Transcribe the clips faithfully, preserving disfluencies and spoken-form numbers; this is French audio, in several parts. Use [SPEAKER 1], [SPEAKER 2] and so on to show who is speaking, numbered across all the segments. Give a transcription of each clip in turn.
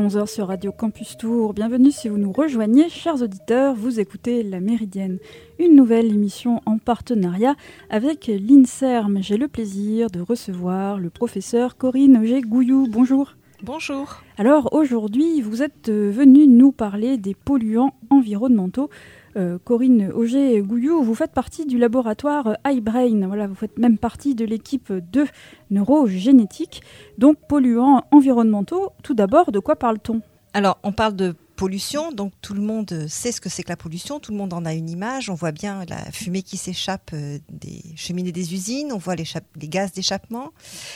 [SPEAKER 1] onze heures sur Radio Campus Tours. Bienvenue si vous nous rejoignez, chers auditeurs, vous écoutez La Méridienne, une nouvelle émission en partenariat avec l'INSERM. J'ai le plaisir de recevoir le professeur Corinne Auger-Gouillou. Bonjour.
[SPEAKER 2] Bonjour.
[SPEAKER 1] Alors aujourd'hui, vous êtes venue nous parler des polluants environnementaux. Euh, Corinne Auger-Gouillou, vous faites partie du laboratoire iBrain. Voilà, vous faites même partie de l'équipe de neurogénétique. Donc, polluants environnementaux, tout d'abord, de quoi parle-t-on ?
[SPEAKER 2] Alors, on parle de pollution, donc tout le monde sait ce que c'est que la pollution, tout le monde en a une image, on voit bien la fumée qui s'échappe des cheminées des usines, on voit les, les gaz d'échappement.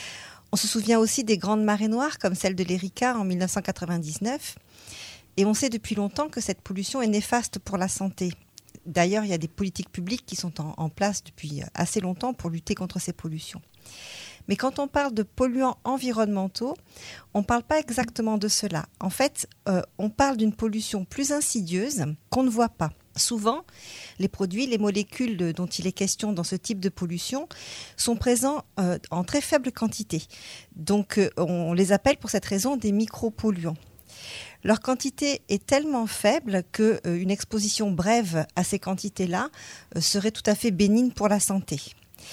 [SPEAKER 2] On se souvient aussi des grandes marées noires, comme celle de l'Erika en dix-neuf cent quatre-vingt-dix-neuf. Et on sait depuis longtemps que cette pollution est néfaste pour la santé. D'ailleurs, il y a des politiques publiques qui sont en, en place depuis assez longtemps pour lutter contre ces pollutions. Mais quand on parle de polluants environnementaux, on ne parle pas exactement de cela. En fait, euh, on parle d'une pollution plus insidieuse qu'on ne voit pas. Souvent, les produits, les molécules dont il est question dans ce type de pollution sont présents euh, en très faible quantité. Donc, euh, on les appelle pour cette raison des micropolluants. Leur quantité est tellement faible qu'une euh, exposition brève à ces quantités-là euh, serait tout à fait bénigne pour la santé.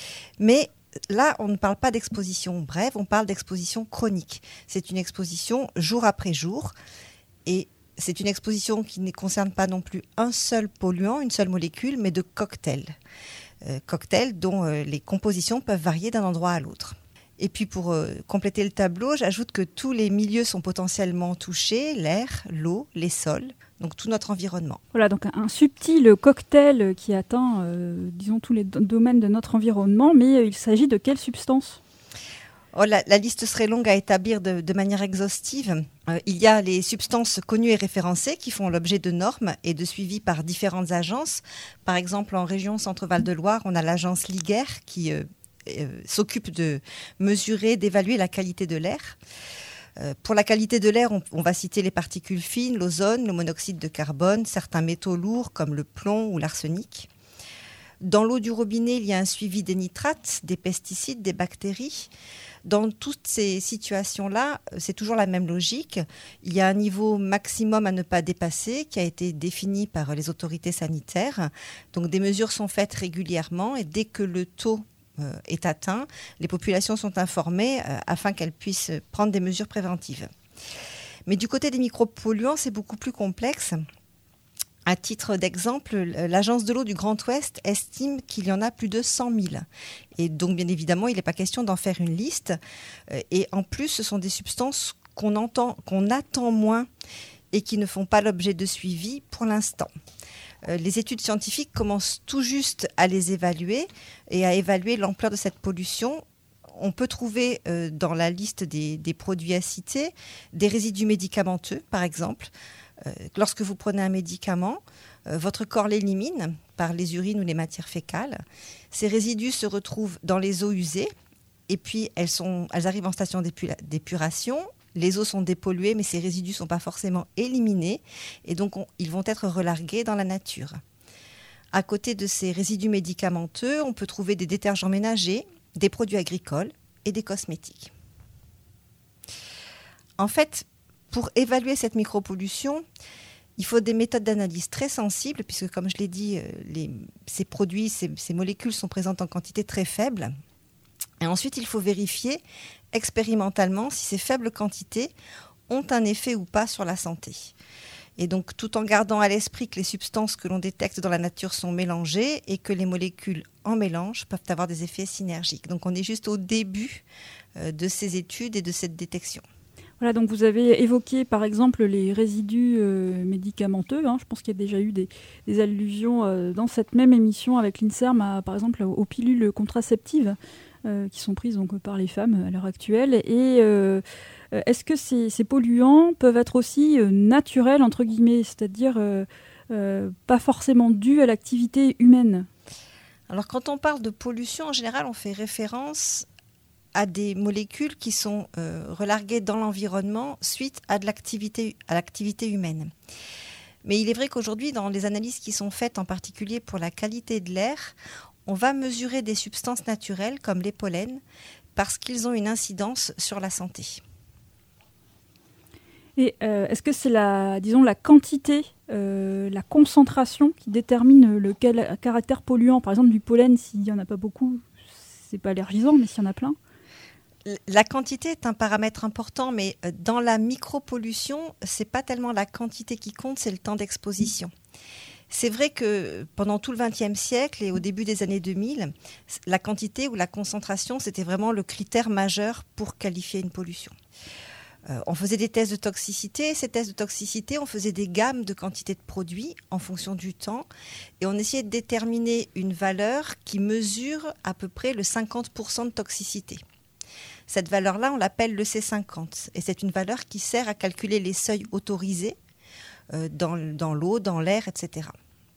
[SPEAKER 2] Mais là, on ne parle pas d'exposition brève, on parle d'exposition chronique. C'est une exposition jour après jour et c'est une exposition qui ne concerne pas non plus un seul polluant, une seule molécule, mais de cocktails. Euh, cocktails dont euh, les compositions peuvent varier d'un endroit à l'autre. Et puis pour euh, compléter le tableau, j'ajoute que tous les milieux sont potentiellement touchés, l'air, l'eau, les sols, donc tout notre environnement.
[SPEAKER 1] Voilà, donc un, un subtil cocktail qui atteint, euh, disons, tous les do- domaines de notre environnement, mais euh, il s'agit de quelle substance ?
[SPEAKER 2] Oh, la, la liste serait longue à établir de, de manière exhaustive. Euh, il y a les substances connues et référencées qui font l'objet de normes et de suivi par différentes agences. Par exemple, en région Centre-Val de Loire, on a l'agence Liger qui euh, euh, s'occupe de mesurer, d'évaluer la qualité de l'air. Euh, pour la qualité de l'air, on, on va citer les particules fines, l'ozone, le monoxyde de carbone, certains métaux lourds comme le plomb ou l'arsenic. Dans l'eau du robinet, il y a un suivi des nitrates, des pesticides, des bactéries. Dans toutes ces situations-là, c'est toujours la même logique. Il y a un niveau maximum à ne pas dépasser qui a été défini par les autorités sanitaires. Donc des mesures sont faites régulièrement et dès que le taux euh, est atteint, les populations sont informées euh, afin qu'elles puissent prendre des mesures préventives. Mais du côté des micropolluants, c'est beaucoup plus complexe. À titre d'exemple, l'Agence de l'eau du Grand Ouest estime qu'il y en a plus de cent mille. Et donc, bien évidemment, il n'est pas question d'en faire une liste. Et en plus, ce sont des substances qu'on entend, qu'on attend moins et qui ne font pas l'objet de suivi pour l'instant. Les études scientifiques commencent tout juste à les évaluer et à évaluer l'ampleur de cette pollution. On peut trouver euh, dans la liste des, des produits à citer des résidus médicamenteux, par exemple. Euh, lorsque vous prenez un médicament, euh, votre corps l'élimine par les urines ou les matières fécales. Ces résidus se retrouvent dans les eaux usées et puis elles, sont, elles arrivent en station d'épu- d'épuration. Les eaux sont dépolluées, mais ces résidus ne sont pas forcément éliminés et donc on, ils vont être relargués dans la nature. À côté de ces résidus médicamenteux, on peut trouver des détergents ménagers, des produits agricoles et des cosmétiques. En fait, pour évaluer cette micropollution, il faut des méthodes d'analyse très sensibles, puisque comme je l'ai dit, les, ces produits, ces, ces molécules sont présentes en quantité très faible. Et ensuite, il faut vérifier expérimentalement si ces faibles quantités ont un effet ou pas sur la santé. Et donc, tout en gardant à l'esprit que les substances que l'on détecte dans la nature sont mélangées et que les molécules en mélange peuvent avoir des effets synergiques. Donc, on est juste au début euh, de ces études et de cette détection.
[SPEAKER 1] Voilà, donc vous avez évoqué par exemple les résidus euh, médicamenteux. Hein. Je pense qu'il y a déjà eu des, des allusions euh, dans cette même émission avec l'INSERM, à, par exemple aux pilules contraceptives euh, qui sont prises donc, par les femmes à l'heure actuelle. Et euh, est-ce que ces, ces polluants peuvent être aussi euh, naturels, entre guillemets, c'est-à-dire euh, euh, pas forcément dus à l'activité humaine ?
[SPEAKER 2] Alors quand on parle de pollution, en général, on fait référence à des molécules qui sont euh, relarguées dans l'environnement suite à de l'activité, à l'activité humaine. Mais il est vrai qu'aujourd'hui, dans les analyses qui sont faites, en particulier pour la qualité de l'air, on va mesurer des substances naturelles comme les pollens parce qu'ils ont une incidence sur la santé.
[SPEAKER 1] Et euh, est-ce que c'est la, disons, la quantité, euh, la concentration qui détermine le quel, caractère polluant? Par exemple, du pollen, s'il n'y en a pas beaucoup, c'est pas allergisant, mais s'il y en a plein?
[SPEAKER 2] La quantité est un paramètre important, mais dans la micropollution, ce n'est pas tellement la quantité qui compte, c'est le temps d'exposition. C'est vrai que pendant tout le vingtième siècle et au début des années deux mille, la quantité ou la concentration, c'était vraiment le critère majeur pour qualifier une pollution. Euh, on faisait des tests de toxicité. Ces tests de toxicité, on faisait des gammes de quantité de produits en fonction du temps. Et on essayait de déterminer une valeur qui mesure à peu près le cinquante pour cent de toxicité. Cette valeur-là, on l'appelle le C cinquante. Et c'est une valeur qui sert à calculer les seuils autorisés euh, dans, dans l'eau, dans l'air, et cetera.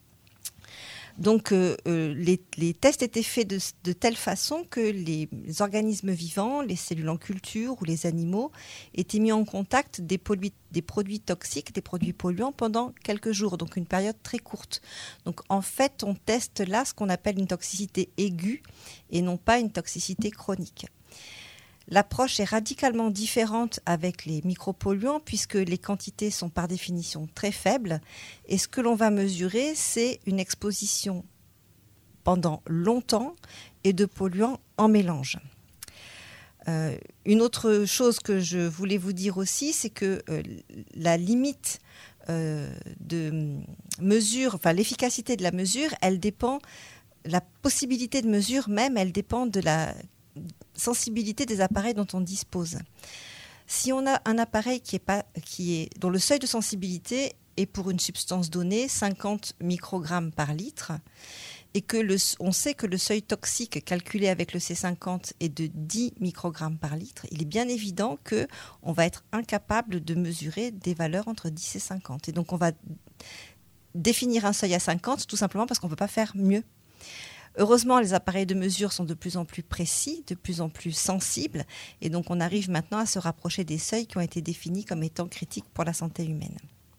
[SPEAKER 2] Donc, euh, euh, les, les tests étaient faits de, de telle façon que les organismes vivants, les cellules en culture ou les animaux, étaient mis en contact des, pollu- des produits toxiques, des produits polluants pendant quelques jours, donc une période très courte. Donc, en fait, on teste là ce qu'on appelle une toxicité aiguë et non pas une toxicité chronique. L'approche est radicalement différente avec les micropolluants puisque les quantités sont par définition très faibles et ce que l'on va mesurer, c'est une exposition pendant longtemps et de polluants en mélange. Euh, une autre chose que je voulais vous dire aussi, c'est que euh, la limite euh, de mesure, enfin l'efficacité de la mesure, elle dépend, la possibilité de mesure même, elle dépend de la sensibilité des appareils dont on dispose. Si on a un appareil qui est pas, qui est, dont le seuil de sensibilité est pour une substance donnée cinquante microgrammes par litre et que le, on sait que le seuil toxique calculé avec le C cinquante est de dix microgrammes par litre, il est bien évident qu'on va être incapable de mesurer des valeurs entre dix et cinquante. Et donc on va définir un seuil à cinquante tout simplement parce qu'on ne peut pas faire mieux. Heureusement, les appareils de mesure sont de plus en plus précis, de plus en plus sensibles, et donc on arrive maintenant à se rapprocher des seuils qui ont été définis comme étant critiques pour la santé humaine.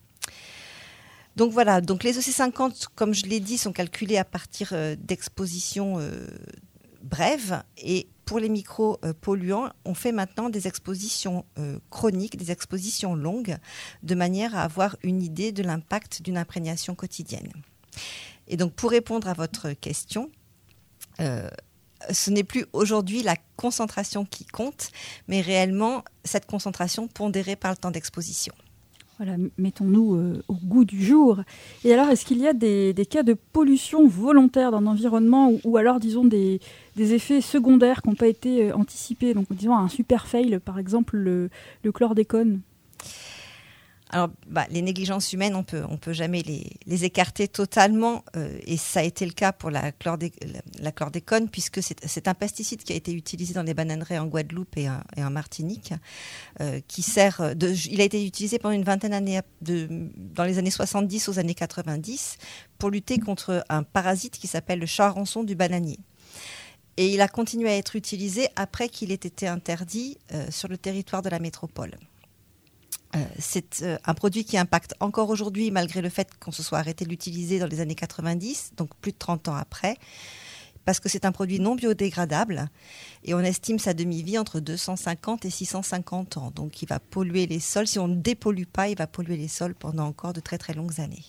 [SPEAKER 2] Donc voilà, donc les E C cinquante, comme je l'ai dit, sont calculés à partir euh, d'expositions euh, brèves, et pour les micropolluants, on fait maintenant des expositions euh, chroniques, des expositions longues, de manière à avoir une idée de l'impact d'une imprégnation quotidienne. Et donc pour répondre à votre question, Euh, ce n'est plus aujourd'hui la concentration qui compte, mais réellement cette concentration pondérée par le temps d'exposition.
[SPEAKER 1] Voilà, mettons-nous euh, au goût du jour. Et alors, est-ce qu'il y a des, des cas de pollution volontaire dans l'environnement ou, ou alors, disons, des, des effets secondaires qui n'ont pas été euh, anticipés? Donc, disons, un super fail, par exemple, le, le chlordécone.
[SPEAKER 2] Alors, bah, les négligences humaines, on peut, on peut jamais les, les écarter totalement, euh, et ça a été le cas pour la, chlordé, la, la chlordécone, puisque c'est, c'est un pesticide qui a été utilisé dans les bananeraies en Guadeloupe et, en, et en Martinique, euh, qui sert de, il a été utilisé pendant une vingtaine d'années, de, dans les années soixante-dix aux années quatre-vingt-dix, pour lutter contre un parasite qui s'appelle le charançon du bananier. Et il a continué à être utilisé après qu'il ait été interdit euh, sur le territoire de la métropole. Euh, c'est euh, un produit qui impacte encore aujourd'hui, malgré le fait qu'on se soit arrêté de l'utiliser dans les années quatre-vingt-dix, donc plus de trente ans après, parce que c'est un produit non biodégradable et on estime sa demi-vie entre deux cent cinquante et six cent cinquante ans. Donc il va polluer les sols. Si on ne dépollue pas, il va polluer les sols pendant encore de très très longues années.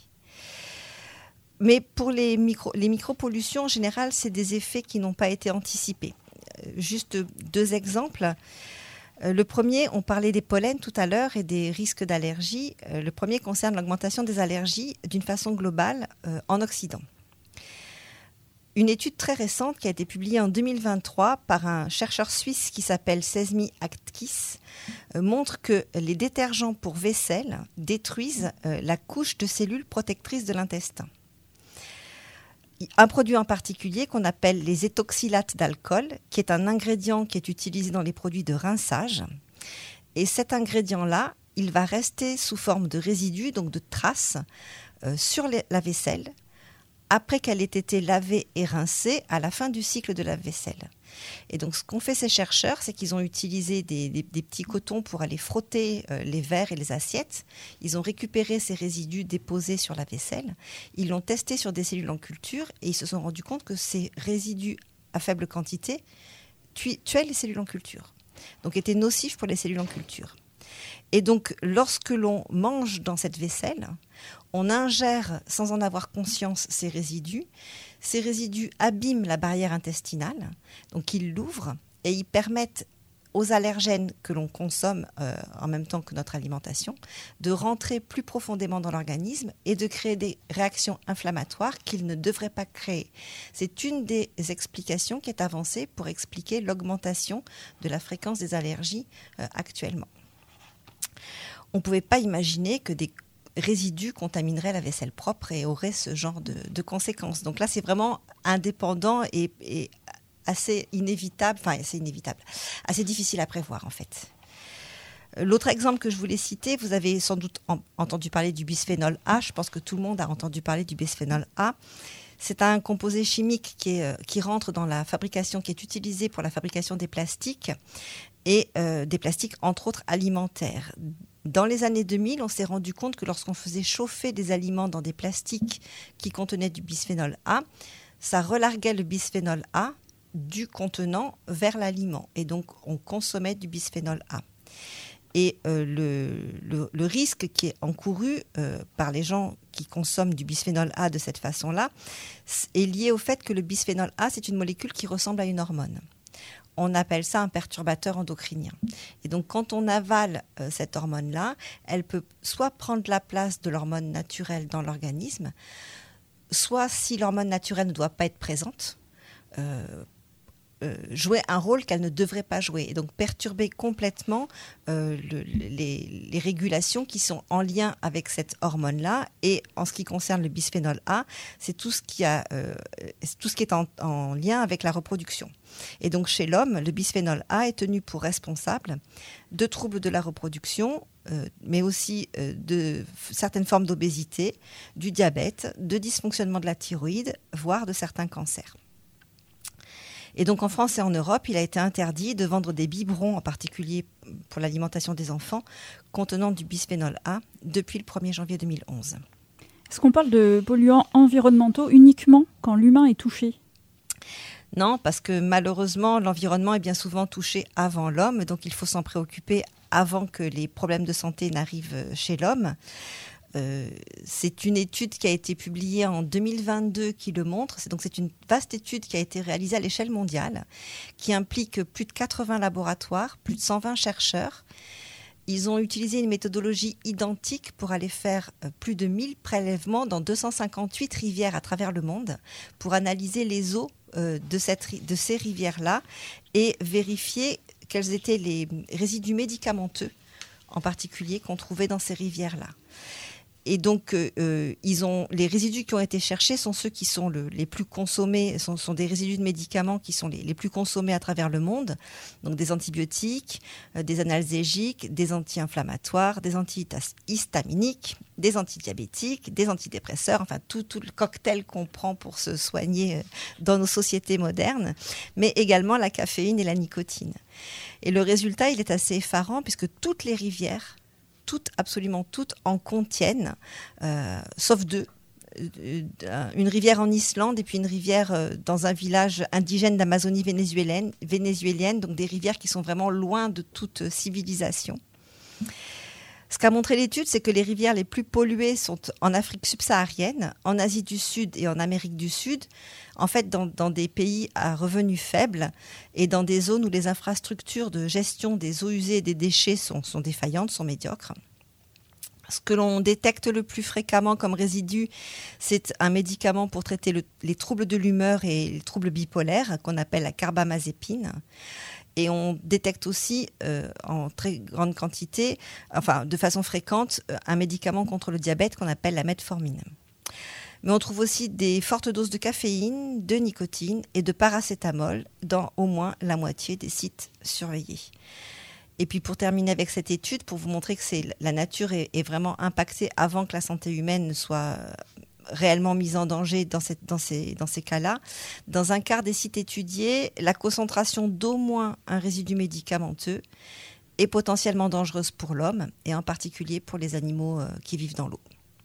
[SPEAKER 2] Mais pour les, micro, les micropollutions, en général, c'est des effets qui n'ont pas été anticipés. Euh, juste deux exemples. Le premier, on parlait des pollens tout à l'heure et des risques d'allergie. Le premier concerne l'augmentation des allergies d'une façon globale euh, en Occident. Une étude très récente qui a été publiée en deux mille vingt-trois par un chercheur suisse qui s'appelle Sezmi Aktkis euh, montre que les détergents pour vaisselle détruisent euh, la couche de cellules protectrices de l'intestin. Un produit en particulier qu'on appelle les étoxylates d'alcool, qui est un ingrédient qui est utilisé dans les produits de rinçage. Et cet ingrédient-là, il va rester sous forme de résidus, donc de traces, euh, sur les, la vaisselle, après qu'elle ait été lavée et rincée à la fin du cycle de la vaisselle. Et donc ce qu'ont fait ces chercheurs, c'est qu'ils ont utilisé des, des, des petits cotons pour aller frotter euh, les verres et les assiettes. Ils ont récupéré ces résidus déposés sur la vaisselle. Ils l'ont testé sur des cellules en culture et ils se sont rendus compte que ces résidus à faible quantité tuaient les cellules en culture. Donc étaient nocifs pour les cellules en culture. Et donc, lorsque l'on mange dans cette vaisselle, on ingère sans en avoir conscience ces résidus. Ces résidus abîment la barrière intestinale, donc ils l'ouvrent et ils permettent aux allergènes que l'on consomme euh, en même temps que notre alimentation, de rentrer plus profondément dans l'organisme et de créer des réactions inflammatoires qu'ils ne devraient pas créer. C'est une des explications qui est avancée pour expliquer l'augmentation de la fréquence des allergies euh, actuellement. On ne pouvait pas imaginer que des résidus contamineraient la vaisselle propre et auraient ce genre de, de conséquences. Donc là, c'est vraiment indépendant et, et assez inévitable, enfin assez inévitable, assez difficile à prévoir en fait. L'autre exemple que je voulais citer, vous avez sans doute en, entendu parler du bisphénol A, je pense que tout le monde a entendu parler du bisphénol A. C'est un composé chimique qui, est, qui rentre dans la fabrication, qui est utilisé pour la fabrication des plastiques et euh, des plastiques entre autres alimentaires. Dans les années deux mille, on s'est rendu compte que lorsqu'on faisait chauffer des aliments dans des plastiques qui contenaient du bisphénol A, ça relarguait le bisphénol A du contenant vers l'aliment. Et donc, on consommait du bisphénol A. Et euh, le, le, le risque qui est encouru euh, par les gens qui consomment du bisphénol A de cette façon-là est lié au fait que le bisphénol A, c'est une molécule qui ressemble à une hormone. On appelle ça un perturbateur endocrinien. Et donc, quand on avale euh, cette hormone-là, elle peut soit prendre la place de l'hormone naturelle dans l'organisme, soit, si l'hormone naturelle ne doit pas être présente, euh, Euh, jouer un rôle qu'elle ne devrait pas jouer et donc perturber complètement euh, le, les, les régulations qui sont en lien avec cette hormone-là. Et en ce qui concerne le bisphénol A, c'est tout ce qui, a, euh, tout ce qui est en, en lien avec la reproduction. Et donc chez l'homme, le bisphénol A est tenu pour responsable de troubles de la reproduction, euh, mais aussi euh, de certaines formes d'obésité, du diabète, de dysfonctionnement de la thyroïde, voire de certains cancers. Et donc en France et en Europe, il a été interdit de vendre des biberons, en particulier pour l'alimentation des enfants, contenant du bisphénol A depuis le premier janvier deux mille onze.
[SPEAKER 1] Est-ce qu'on parle de polluants environnementaux uniquement quand l'humain est touché ?
[SPEAKER 2] Non, parce que malheureusement, l'environnement est bien souvent touché avant l'homme, donc il faut s'en préoccuper avant que les problèmes de santé n'arrivent chez l'homme. Euh, c'est une étude qui a été publiée en deux mille vingt-deux qui le montre. C'est, donc c'est une vaste étude qui a été réalisée à l'échelle mondiale, qui implique plus de quatre-vingts laboratoires, plus de cent vingt chercheurs. Ils ont utilisé une méthodologie identique pour aller faire plus de mille prélèvements dans deux cent cinquante-huit rivières à travers le monde pour analyser les eaux euh, de, cette, de ces rivières-là et vérifier quels étaient les résidus médicamenteux, en particulier, qu'on trouvait dans ces rivières-là. Et donc, euh, ils ont, les résidus qui ont été cherchés sont ceux qui sont le, les plus consommés, sont, sont des résidus de médicaments qui sont les, les plus consommés à travers le monde. Donc, des antibiotiques, euh, des analgésiques, des anti-inflammatoires, des antihistaminiques, des antidiabétiques, des antidépresseurs, enfin tout, tout le cocktail qu'on prend pour se soigner dans nos sociétés modernes, mais également la caféine et la nicotine. Et le résultat, il est assez effarant puisque toutes les rivières, toutes, absolument toutes, en contiennent, euh, sauf deux. Une rivière en Islande et puis une rivière euh, dans un village indigène d'Amazonie vénézuélienne, vénézuélienne, donc des rivières qui sont vraiment loin de toute civilisation. Ce qu'a montré l'étude, c'est que les rivières les plus polluées sont en Afrique subsaharienne, en Asie du Sud et en Amérique du Sud, en fait dans, dans des pays à revenus faibles et dans des zones où les infrastructures de gestion des eaux usées et des déchets sont, sont défaillantes, sont médiocres. Ce que l'on détecte le plus fréquemment comme résidu, c'est un médicament pour traiter le, les troubles de l'humeur et les troubles bipolaires qu'on appelle la carbamazépine. Et on détecte aussi euh, en très grande quantité, enfin de façon fréquente, un médicament contre le diabète qu'on appelle la metformine. Mais on trouve aussi des fortes doses de caféine, de nicotine et de paracétamol dans au moins la moitié des sites surveillés. Et puis pour terminer avec cette étude, pour vous montrer que c'est, la nature est, est vraiment impactée avant que la santé humaine ne soit réellement mise en danger dans, cette, dans, ces, dans ces cas-là. Dans un quart des sites étudiés, la concentration d'au moins un résidu médicamenteux est potentiellement dangereuse pour l'homme et en particulier pour les animaux euh, qui vivent dans l'eau.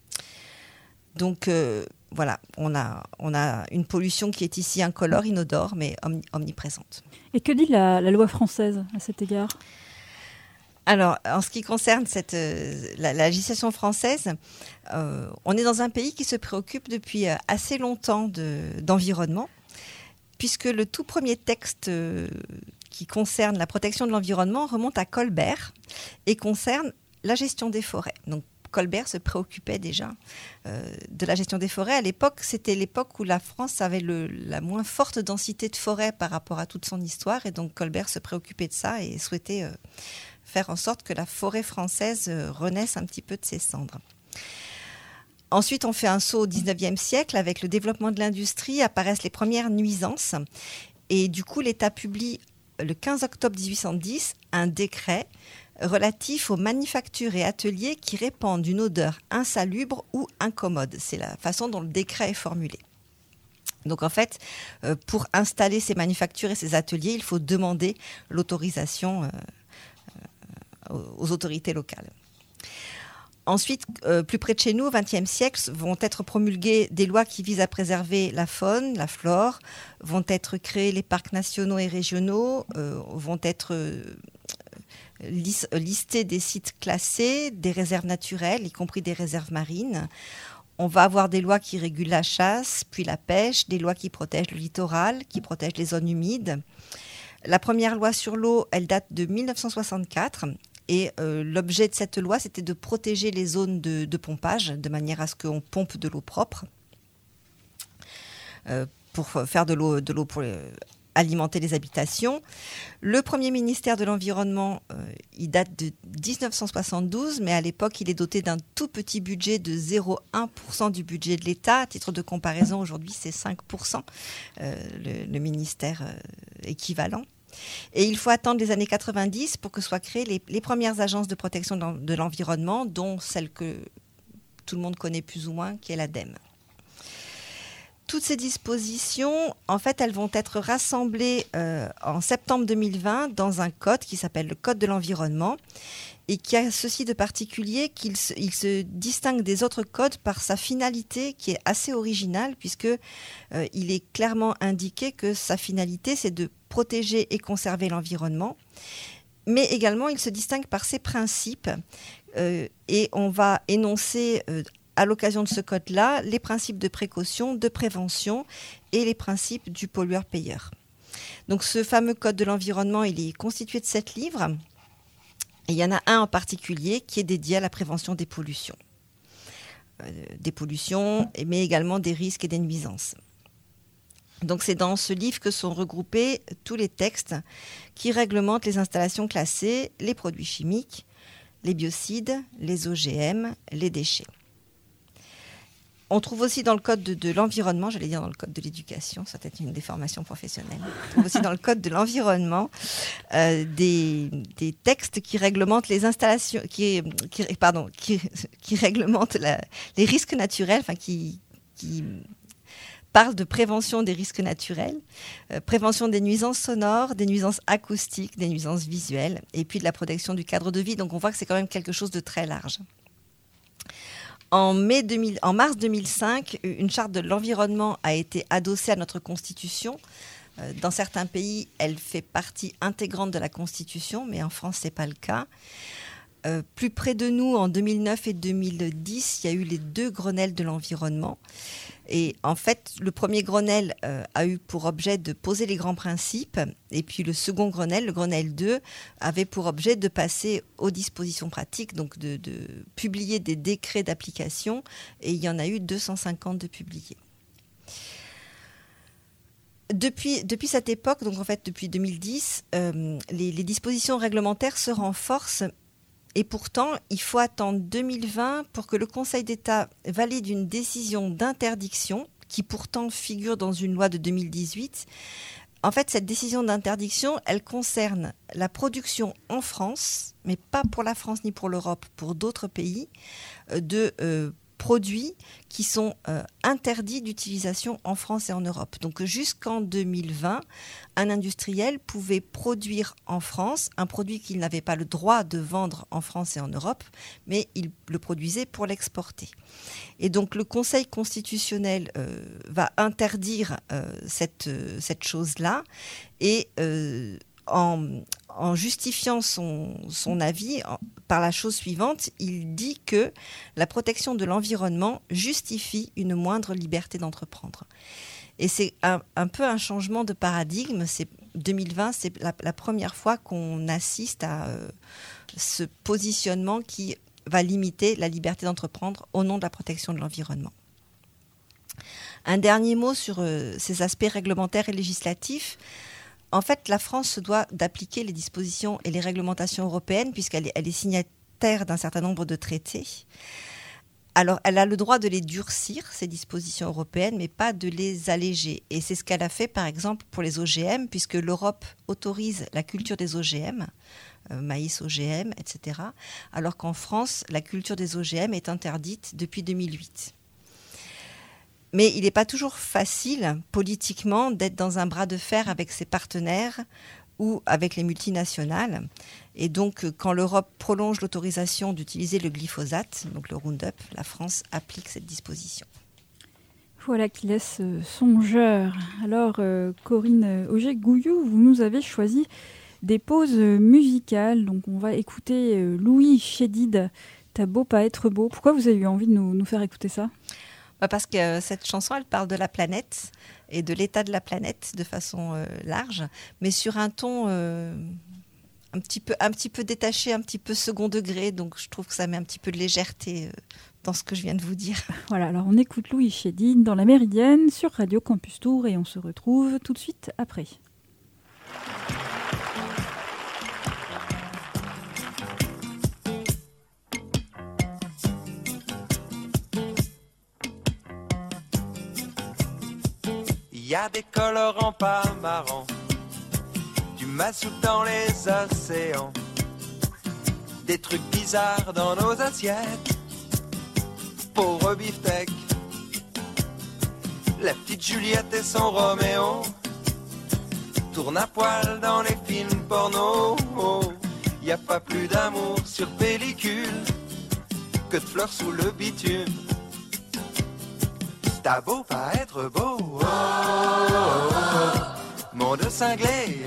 [SPEAKER 2] Donc euh, voilà, on a, on a une pollution qui est ici incolore, inodore, mais omni- omniprésente.
[SPEAKER 1] Et que dit la, la loi française à cet égard ?
[SPEAKER 2] Alors, en ce qui concerne cette, euh, la, la législation française, euh, on est dans un pays qui se préoccupe depuis euh, assez longtemps de, d'environnement, puisque le tout premier texte euh, qui concerne la protection de l'environnement remonte à Colbert et concerne la gestion des forêts. Donc, Colbert se préoccupait déjà euh, de la gestion des forêts. À l'époque, c'était l'époque où la France avait le, la moins forte densité de forêts par rapport à toute son histoire, et donc Colbert se préoccupait de ça et souhaitait euh, faire en sorte que la forêt française renaisse un petit peu de ses cendres. Ensuite, on fait un saut au dix-neuvième siècle. Avec le développement de l'industrie, apparaissent les premières nuisances. Et du coup, l'État publie le quinze octobre dix-huit cent dix un décret relatif aux manufactures et ateliers qui répandent une odeur insalubre ou incommode. C'est la façon dont le décret est formulé. Donc en fait, pour installer ces manufactures et ces ateliers, il faut demander l'autorisation aux autorités locales. Ensuite, euh, plus près de chez nous, au vingtième siècle, vont être promulguées des lois qui visent à préserver la faune, la flore, vont être créés les parcs nationaux et régionaux, euh, vont être euh, lis- listés des sites classés, des réserves naturelles, y compris des réserves marines. On va avoir des lois qui régulent la chasse, puis la pêche, des lois qui protègent le littoral, qui protègent les zones humides. La première loi sur l'eau, elle date de dix-neuf cent soixante-quatre. Et euh, l'objet de cette loi, c'était de protéger les zones de, de pompage, de manière à ce qu'on pompe de l'eau propre, euh, pour faire de l'eau, de l'eau pour euh, alimenter les habitations. Le premier ministère de l'Environnement, euh, il date de dix-neuf cent soixante-douze, mais à l'époque, il est doté d'un tout petit budget de zéro virgule un pour cent du budget de l'État. À titre de comparaison, aujourd'hui, c'est cinq pour cent, euh, le, le ministère euh, équivalent. Et il faut attendre les années quatre-vingt-dix pour que soient créées les, les premières agences de protection de l'environnement, dont celle que tout le monde connaît plus ou moins, qui est l'ADEME. Toutes ces dispositions, en fait, elles vont être rassemblées euh, en septembre deux mille vingt dans un code qui s'appelle le Code de l'environnement et qui a ceci de particulier qu'il se, il se distingue des autres codes par sa finalité qui est assez originale, puisque euh, il est clairement indiqué que sa finalité, c'est de protéger et conserver l'environnement, mais également il se distingue par ses principes euh, et on va énoncer euh, à l'occasion de ce code-là les principes de précaution, de prévention et les principes du pollueur-payeur. Donc ce fameux code de l'environnement, il est constitué de sept livres et il y en a un en particulier qui est dédié à la prévention des pollutions, euh, des pollutions mais également des risques et des nuisances. Donc c'est dans ce livre que sont regroupés tous les textes qui réglementent les installations classées, les produits chimiques, les biocides, les O G M, les déchets. On trouve aussi dans le code de, de l'environnement, j'allais dire dans le code de l'éducation, ça peut être une déformation professionnelle, on trouve aussi dans le code de l'environnement euh, des, des textes qui réglementent les installations, qui, qui, pardon, qui, qui réglementent la, les risques naturels, enfin qui... qui parle de prévention des risques naturels, euh, prévention des nuisances sonores, des nuisances acoustiques, des nuisances visuelles, et puis de la protection du cadre de vie. Donc on voit que c'est quand même quelque chose de très large. En, mai deux mille, en mars deux mille cinq, une charte de l'environnement a été adossée à notre Constitution. Euh, dans certains pays, elle fait partie intégrante de la Constitution, mais en France, ce n'est pas le cas. Euh, plus près de nous, en deux mille neuf et deux mille dix, il y a eu les deux Grenelles de l'environnement. Et en fait, le premier Grenelle euh, a eu pour objet de poser les grands principes. Et puis le second Grenelle, le Grenelle deux, avait pour objet de passer aux dispositions pratiques, donc de, de publier des décrets d'application. Et il y en a eu deux cent cinquante de publiés. Depuis, depuis cette époque, donc en fait depuis deux mille dix, euh, les, les dispositions réglementaires se renforcent. Et pourtant, il faut attendre deux mille vingt pour que le Conseil d'État valide une décision d'interdiction qui pourtant figure dans une loi de deux mille dix-huit. En fait, cette décision d'interdiction, elle concerne la production en France, mais pas pour la France ni pour l'Europe, pour d'autres pays, de euh, produits qui sont euh, interdits d'utilisation en France et en Europe. Donc jusqu'en deux mille vingt, un industriel pouvait produire en France un produit qu'il n'avait pas le droit de vendre en France et en Europe, mais il le produisait pour l'exporter. Et donc le Conseil constitutionnel euh, va interdire euh, cette, euh, cette chose-là et euh, en, en justifiant son, son avis en, par la chose suivante, il dit que la protection de l'environnement justifie une moindre liberté d'entreprendre. Et c'est un, un peu un changement de paradigme. C'est deux mille vingt, c'est la, la première fois qu'on assiste à euh, ce positionnement qui va limiter la liberté d'entreprendre au nom de la protection de l'environnement. Un dernier mot sur euh, ces aspects réglementaires et législatifs. En fait, la France se doit d'appliquer les dispositions et les réglementations européennes puisqu'elle est, elle est signataire d'un certain nombre de traités. Alors, elle a le droit de les durcir, ces dispositions européennes, mais pas de les alléger. Et c'est ce qu'elle a fait, par exemple, pour les O G M, puisque l'Europe autorise la culture des O G M, euh, maïs O G M, et cetera, alors qu'en France, la culture des O G M est interdite depuis deux mille huit. Mais il n'est pas toujours facile, politiquement, d'être dans un bras de fer avec ses partenaires ou avec les multinationales. Et donc, quand l'Europe prolonge l'autorisation d'utiliser le glyphosate, donc le Roundup, la France applique cette disposition.
[SPEAKER 1] Voilà qui laisse songeur. Alors, euh, Corinne Auger-Gouillou, vous nous avez choisi des pauses musicales. Donc, on va écouter euh, Louis Chédid, « T'as beau pas être beau ». Pourquoi vous avez eu envie de nous, nous faire écouter ça ?
[SPEAKER 2] Parce que euh, cette chanson, elle parle de la planète et de l'état de la planète de façon euh, large, mais sur un ton euh, un, petit peu, un petit peu détaché, un petit peu second degré. Donc je trouve que ça met un petit peu de légèreté euh, dans ce que je viens de vous dire.
[SPEAKER 1] Voilà, alors on écoute Louis Chédid dans La Méridienne sur Radio Campus Tour et on se retrouve tout de suite après.
[SPEAKER 3] Y a des colorants pas marrants, du mazout dans les océans, des trucs bizarres dans nos assiettes, pauvre beefsteak, la petite Juliette et son Roméo, tournent à poil dans les films porno. Y a pas plus d'amour sur pellicule que de fleurs sous le bitume. T'as beau pas être beau, oh, oh, oh, monde cinglé,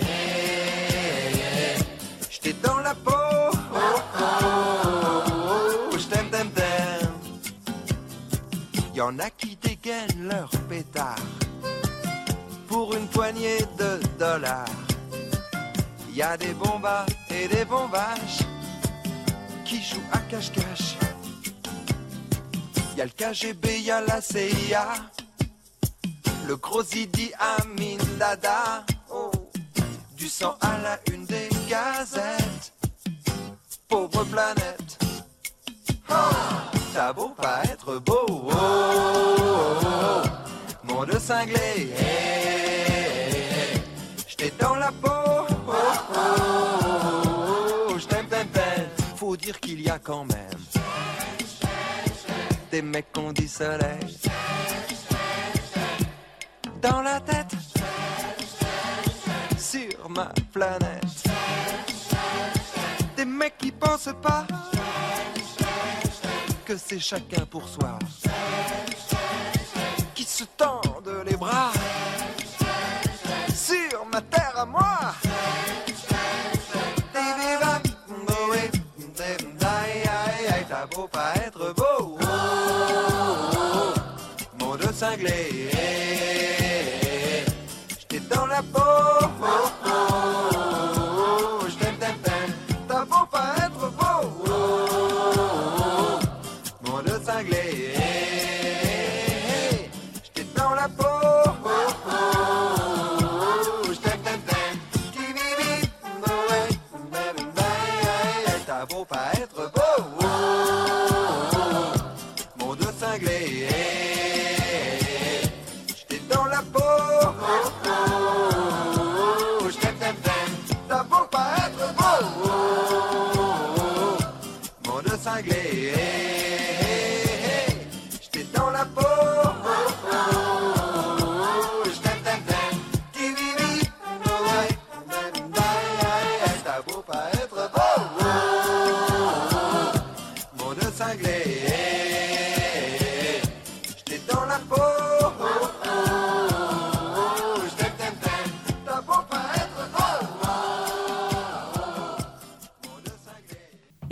[SPEAKER 3] j'étais dans la peau, oh, oh, oh, j't'aime, t'aime, t'aime. Y'en a qui dégainent leur pétard pour une poignée de dollars. Y'a des bombas et des bombages qui jouent à cache-cache. Y'a le K G B, y'a la C I A, le gros Idi Amin Dada, oh, du sang à la une des gazettes, pauvre planète, oh, t'as beau pas être beau, oh, oh, oh, monde cinglé, hey, j'étais dans la peau, oh, oh, oh, j't'aime, t'aime, t'aime, faut dire qu'il y a quand même des mecs qu'on dit soleil dans la tête sur ma planète, des mecs qui pensent pas que c'est chacun pour soi, qui se tendent les bras sur ma terre à moi. T'as beau pas être beau, cinglé, j'étais dans la peau, oh, oh, oh, j't'aime, t'aime, t'aime, t'as beau pas être beau, oh, oh, oh, monde cinglé, j'étais dans la peau, oh, oh, oh, j't'aime, t'aime, t'aime, t'as beau pas être beau, oh, oh, oh, monde cinglé. Dans la peau, oh, oh,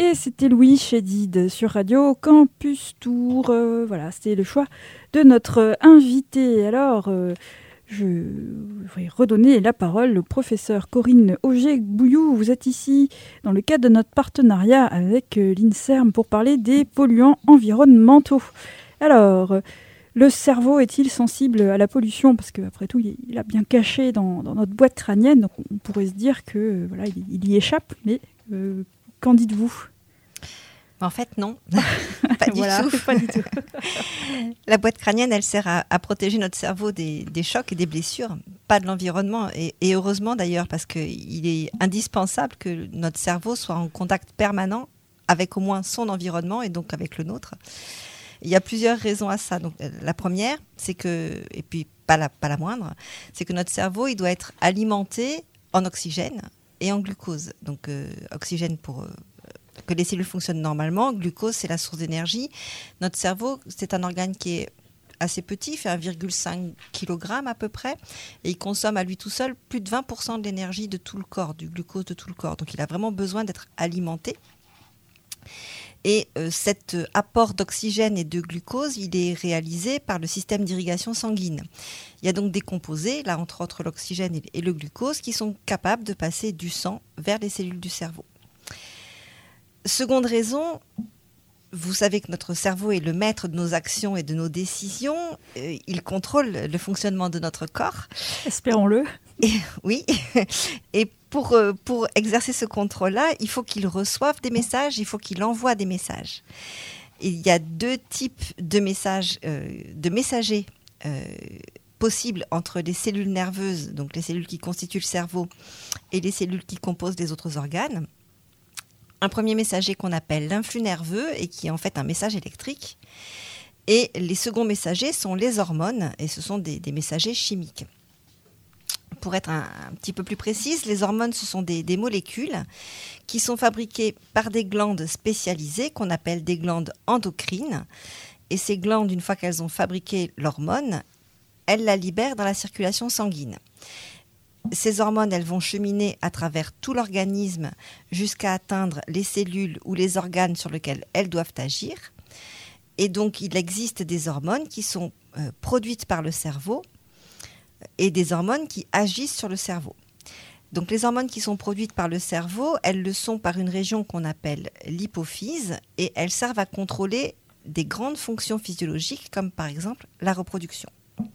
[SPEAKER 1] Et c'était Louis Chédid sur Radio Campus Tour. Euh, voilà, c'était le choix de notre invité. Alors, euh, je vais redonner la parole au professeur Corinne Auger-Bouillou. Vous êtes ici dans le cadre de notre partenariat avec euh, l'INSERM pour parler des polluants environnementaux. Alors, euh, le cerveau est-il sensible à la pollution ? Parce qu'après tout, il a bien caché dans, dans notre boîte crânienne. Donc on pourrait se dire que euh, voilà, il, il y échappe, mais... Euh, Qu'en dites-vous ?
[SPEAKER 2] En fait, non. Pas du
[SPEAKER 1] voilà,
[SPEAKER 2] tout.
[SPEAKER 1] Pas du tout.
[SPEAKER 2] La boîte crânienne, elle sert à, à protéger notre cerveau des, des chocs et des blessures, pas de l'environnement. Et, et heureusement d'ailleurs, parce qu'il est indispensable que notre cerveau soit en contact permanent avec au moins son environnement et donc avec le nôtre. Il y a plusieurs raisons à ça. Donc, la première, c'est que, et puis pas la, pas la moindre, c'est que notre cerveau, il doit être alimenté en oxygène et en glucose. Donc, euh, oxygène pour euh, que les cellules fonctionnent normalement. Glucose, c'est la source d'énergie. Notre cerveau, c'est un organe qui est assez petit, il fait un virgule cinq kilogramme à peu près. Et il consomme à lui tout seul plus de vingt pour cent de l'énergie de tout le corps, du glucose de tout le corps. Donc, il a vraiment besoin d'être alimenté. Et euh, cet euh, apport d'oxygène et de glucose, il est réalisé par le système d'irrigation sanguine. Il y a donc des composés, là entre autres l'oxygène et, et le glucose, qui sont capables de passer du sang vers les cellules du cerveau. Seconde raison, vous savez que notre cerveau est le maître de nos actions et de nos décisions. Euh, il contrôle le fonctionnement de notre corps.
[SPEAKER 1] Espérons-le.
[SPEAKER 2] Et, oui. Et pour, euh, pour exercer ce contrôle-là, il faut qu'il reçoive des messages, il faut qu'il envoie des messages. Et il y a deux types de messages, euh, de messagers euh, possibles entre les cellules nerveuses, donc les cellules qui constituent le cerveau, et les cellules qui composent les autres organes. Un premier messager qu'on appelle l'influx nerveux et qui est en fait un message électrique. Et les seconds messagers sont les hormones et ce sont des, des messagers chimiques. Pour être un, un petit peu plus précise, les hormones, ce sont des, des molécules qui sont fabriquées par des glandes spécialisées qu'on appelle des glandes endocrines. Et ces glandes, une fois qu'elles ont fabriqué l'hormone, elles la libèrent dans la circulation sanguine. Ces hormones, elles vont cheminer à travers tout l'organisme jusqu'à atteindre les cellules ou les organes sur lesquels elles doivent agir. Et donc, il existe des hormones qui sont euh, produites par le cerveau et des hormones qui agissent sur le cerveau. Donc, les hormones qui sont produites par le cerveau, elles le sont par une région qu'on appelle l'hypophyse et elles servent à contrôler des grandes fonctions physiologiques comme par exemple la reproduction.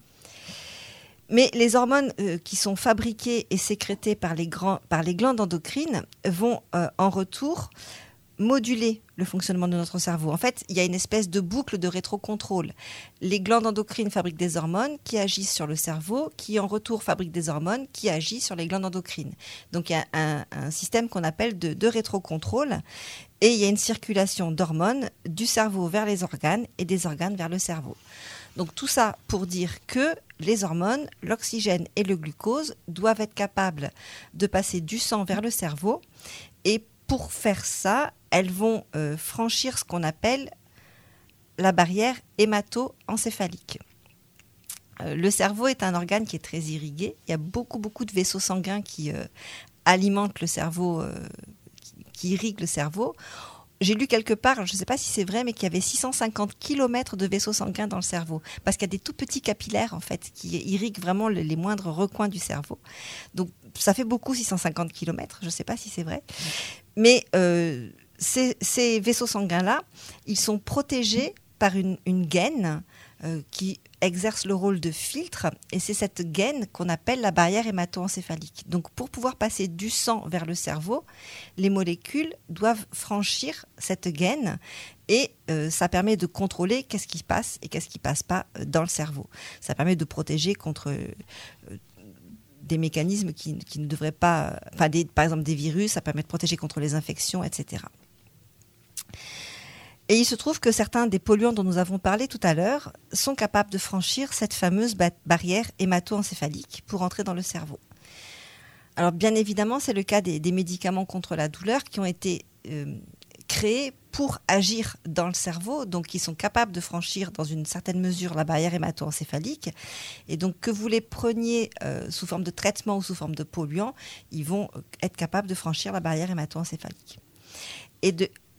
[SPEAKER 2] Mais les hormones euh, qui sont fabriquées et sécrétées par les, grands, par les glandes endocrines vont euh, en retour moduler le fonctionnement de notre cerveau. En fait, il y a une espèce de boucle de rétrocontrôle. Les glandes endocrines fabriquent des hormones qui agissent sur le cerveau, qui en retour fabriquent des hormones qui agissent sur les glandes endocrines. Donc, il y a un, un système qu'on appelle de, de rétrocontrôle et il y a une circulation d'hormones du cerveau vers les organes et des organes vers le cerveau. Donc, tout ça pour dire que les hormones, l'oxygène et le glucose doivent être capables de passer du sang vers le cerveau et pour faire ça, elles vont euh, franchir ce qu'on appelle la barrière hémato-encéphalique. Euh, le cerveau est un organe qui est très irrigué. Il y a beaucoup, beaucoup de vaisseaux sanguins qui euh, alimentent le cerveau, euh, qui, qui irriguent le cerveau. J'ai lu quelque part, je ne sais pas si c'est vrai, mais qu'il y avait six cent cinquante kilomètres de vaisseaux sanguins dans le cerveau. Parce qu'il y a des tout petits capillaires, en fait, qui irriguent vraiment les, les moindres recoins du cerveau. Donc, ça fait beaucoup, six cent cinquante kilomètres. Je ne sais pas si c'est vrai. Mais euh, ces, ces vaisseaux sanguins-là, ils sont protégés par une, une gaine euh, qui exerce le rôle de filtre. Et c'est cette gaine qu'on appelle la barrière hémato-encéphalique. Donc, pour pouvoir passer du sang vers le cerveau, les molécules doivent franchir cette gaine. Et euh, ça permet de contrôler qu'est-ce qui se passe et qu'est-ce qui ne passe pas dans le cerveau. Ça permet de protéger contre... Euh, des mécanismes qui, qui ne devraient pas... Enfin, des, par exemple, des virus, ça permet de protéger contre les infections, et cetera. Et il se trouve que certains des polluants dont nous avons parlé tout à l'heure sont capables de franchir cette fameuse ba- barrière hémato-encéphalique pour entrer dans le cerveau. Alors, bien évidemment, c'est le cas des, des médicaments contre la douleur qui ont été euh, créés pour agir dans le cerveau, donc qui sont capables de franchir dans une certaine mesure la barrière hémato-encéphalique. Et donc que vous les preniez euh, sous forme de traitement ou sous forme de polluant, ils vont être capables de franchir la barrière hémato-encéphalique. Et de,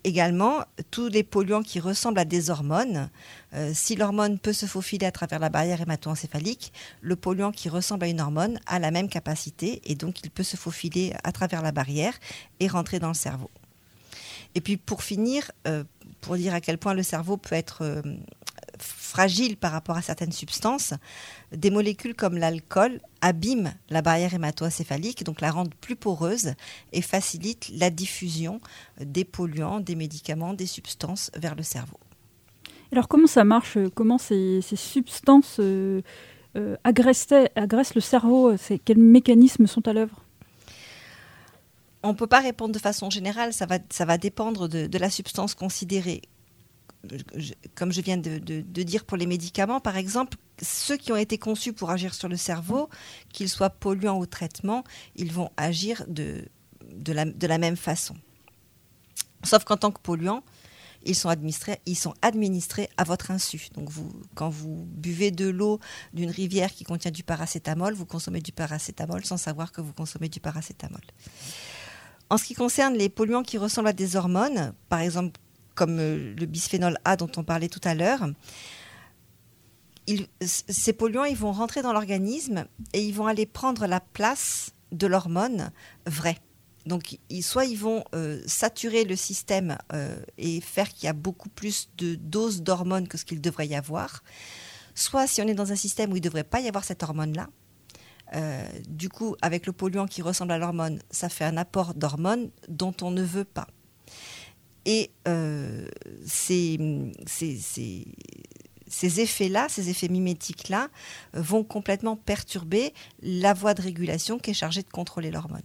[SPEAKER 2] également, tous les polluants qui ressemblent à des hormones, euh, si l'hormone peut se faufiler à travers la barrière hémato-encéphalique, le polluant qui ressemble à une hormone a la même capacité et donc il peut se faufiler à travers la barrière et rentrer dans le cerveau. Et puis pour finir, euh, pour dire à quel point le cerveau peut être euh, fragile par rapport à certaines substances, des molécules comme l'alcool abîment la barrière hémato-encéphalique, donc la rendent plus poreuse et facilitent la diffusion des polluants, des médicaments, des substances vers le cerveau.
[SPEAKER 1] Alors comment ça marche ? Comment ces, ces substances euh, euh, agressent, agressent le cerveau ? C'est, quels mécanismes sont à l'œuvre ?
[SPEAKER 2] On ne peut pas répondre de façon générale, ça va, ça va dépendre de, de la substance considérée. Je, comme je viens de, de, de dire pour les médicaments, par exemple, ceux qui ont été conçus pour agir sur le cerveau, qu'ils soient polluants ou traitements, ils vont agir de, de, la, de la même façon. Sauf qu'en tant que polluants, ils sont administrés, ils sont administrés à votre insu. Donc vous, quand vous buvez de l'eau d'une rivière qui contient du paracétamol, vous consommez du paracétamol sans savoir que vous consommez du paracétamol. En ce qui concerne les polluants qui ressemblent à des hormones, par exemple comme le bisphénol A dont on parlait tout à l'heure, ils, ces polluants ils vont rentrer dans l'organisme et ils vont aller prendre la place de l'hormone vraie. Donc, ils, soit ils vont euh, saturer le système euh, et faire qu'il y a beaucoup plus de doses d'hormones que ce qu'il devrait y avoir, soit si on est dans un système où il ne devrait pas y avoir cette hormone-là, euh, du coup, avec le polluant qui ressemble à l'hormone, ça fait un apport d'hormones dont on ne veut pas. Et euh, ces, ces, ces, ces effets-là, ces effets mimétiques-là, euh, vont complètement perturber la voie de régulation qui est chargée de contrôler l'hormone.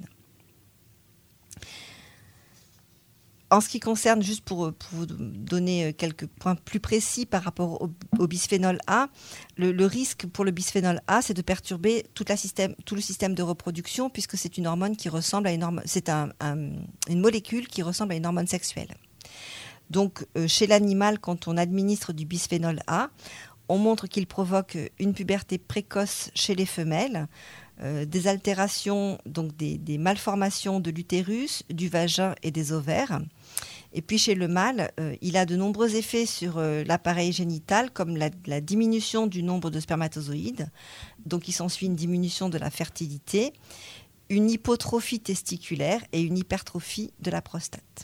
[SPEAKER 2] En ce qui concerne, juste pour, pour vous donner quelques points plus précis par rapport au, au bisphénol A, le, le risque pour le bisphénol A, c'est de perturber toute la système, tout le système de reproduction, puisque c'est une hormone qui ressemble à une hormone, c'est un, un, une molécule qui ressemble à une hormone sexuelle. Donc, euh, chez l'animal, quand on administre du bisphénol A, on montre qu'il provoque une puberté précoce chez les femelles, euh, des altérations, donc des, des malformations de l'utérus, du vagin et des ovaires. Et puis chez le mâle, euh, il a de nombreux effets sur euh, l'appareil génital, comme la, la diminution du nombre de spermatozoïdes. Donc il s'ensuit une diminution de la fertilité, une hypotrophie testiculaire et une hypertrophie de la prostate.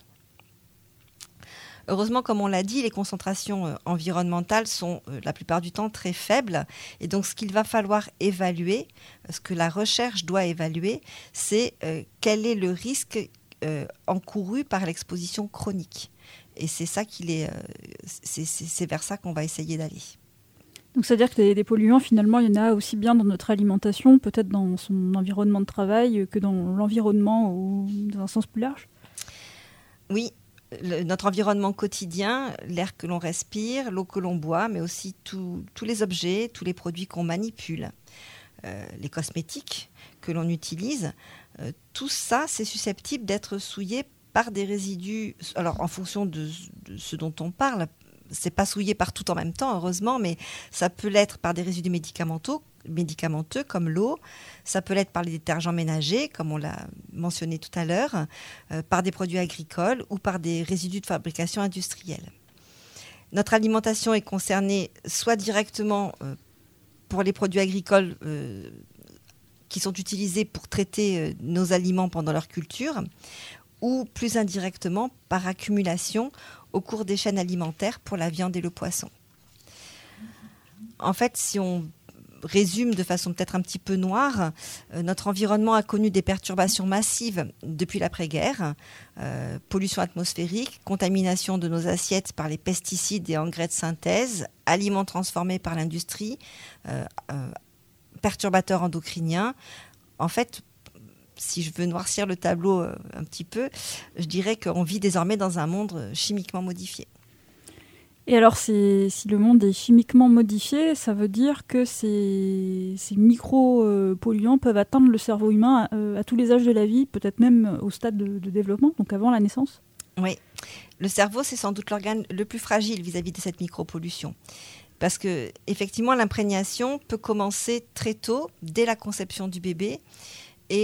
[SPEAKER 2] Heureusement, comme on l'a dit, les concentrations euh, environnementales sont euh, la plupart du temps très faibles. Et donc, ce qu'il va falloir évaluer, ce que la recherche doit évaluer, c'est euh, quel est le risque euh, encouru par l'exposition chronique. Et c'est ça qu'il est, euh, c'est, c'est, c'est vers ça qu'on va essayer d'aller.
[SPEAKER 1] Donc, c'est-à-dire que des, des polluants, finalement, il y en a aussi bien dans notre alimentation, peut-être dans son environnement de travail, que dans l'environnement ou dans un sens plus large ?
[SPEAKER 2] Oui. Le, notre environnement quotidien, l'air que l'on respire, l'eau que l'on boit, mais aussi tous les objets, tous les produits qu'on manipule, euh, les cosmétiques que l'on utilise, euh, tout ça, c'est susceptible d'être souillé par des résidus. Alors, en fonction de, de ce dont on parle, c'est pas souillé par tout en même temps, heureusement, mais ça peut l'être par des résidus médicamenteux, médicamenteux comme l'eau, ça peut l'être par les détergents ménagers, comme on l'a mentionné tout à l'heure, euh, par des produits agricoles ou par des résidus de fabrication industrielle. Notre alimentation est concernée soit directement euh, pour les produits agricoles euh, qui sont utilisés pour traiter euh, nos aliments pendant leur culture, ou plus indirectement par accumulation au cours des chaînes alimentaires pour la viande et le poisson. En fait, si on résume de façon peut-être un petit peu noire, euh, notre environnement a connu des perturbations massives depuis l'après-guerre, euh, pollution atmosphérique, contamination de nos assiettes par les pesticides et engrais de synthèse, aliments transformés par l'industrie, euh, euh, perturbateurs endocriniens. En fait, si je veux noircir le tableau euh, un petit peu, je dirais qu'on vit désormais dans un monde chimiquement modifié.
[SPEAKER 1] Et alors, c'est, si le monde est chimiquement modifié, ça veut dire que ces, ces micro-polluants peuvent atteindre le cerveau humain à, à tous les âges de la vie, peut-être même au stade de, de développement, donc avant la naissance.
[SPEAKER 2] Oui, le cerveau, c'est sans doute l'organe le plus fragile vis-à-vis de cette micropollution. Parce que, effectivement, l'imprégnation peut commencer très tôt, dès la conception du bébé, et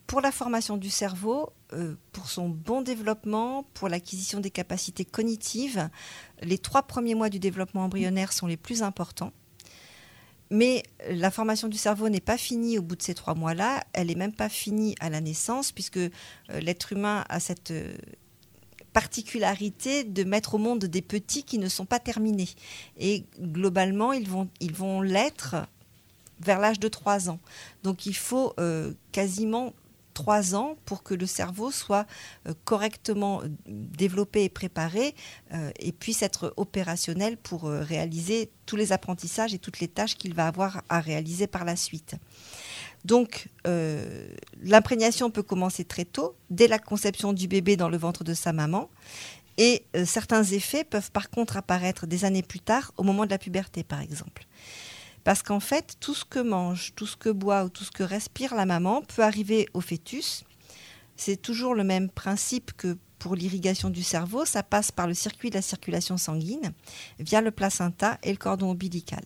[SPEAKER 2] pour la formation du cerveau, euh, pour son bon développement, pour l'acquisition des capacités cognitives, les trois premiers mois du développement embryonnaire sont les plus importants. Mais la formation du cerveau n'est pas finie au bout de ces trois mois-là, elle n'est même pas finie à la naissance, puisque euh, l'être humain a cette euh, particularité de mettre au monde des petits qui ne sont pas terminés. Et globalement, ils vont, ils vont l'être vers l'âge de trois ans. Donc il faut euh, quasiment trois ans pour que le cerveau soit euh, correctement développé et préparé euh, et puisse être opérationnel pour euh, réaliser tous les apprentissages et toutes les tâches qu'il va avoir à réaliser par la suite. Donc, euh, l'imprégnation peut commencer très tôt, dès la conception du bébé dans le ventre de sa maman, et euh, certains effets peuvent par contre apparaître des années plus tard, au moment de la puberté par exemple. Parce qu'en fait, tout ce que mange, tout ce que boit ou tout ce que respire la maman peut arriver au fœtus. C'est toujours le même principe que pour l'irrigation du cerveau, ça passe par le circuit de la circulation sanguine, via le placenta et le cordon ombilical.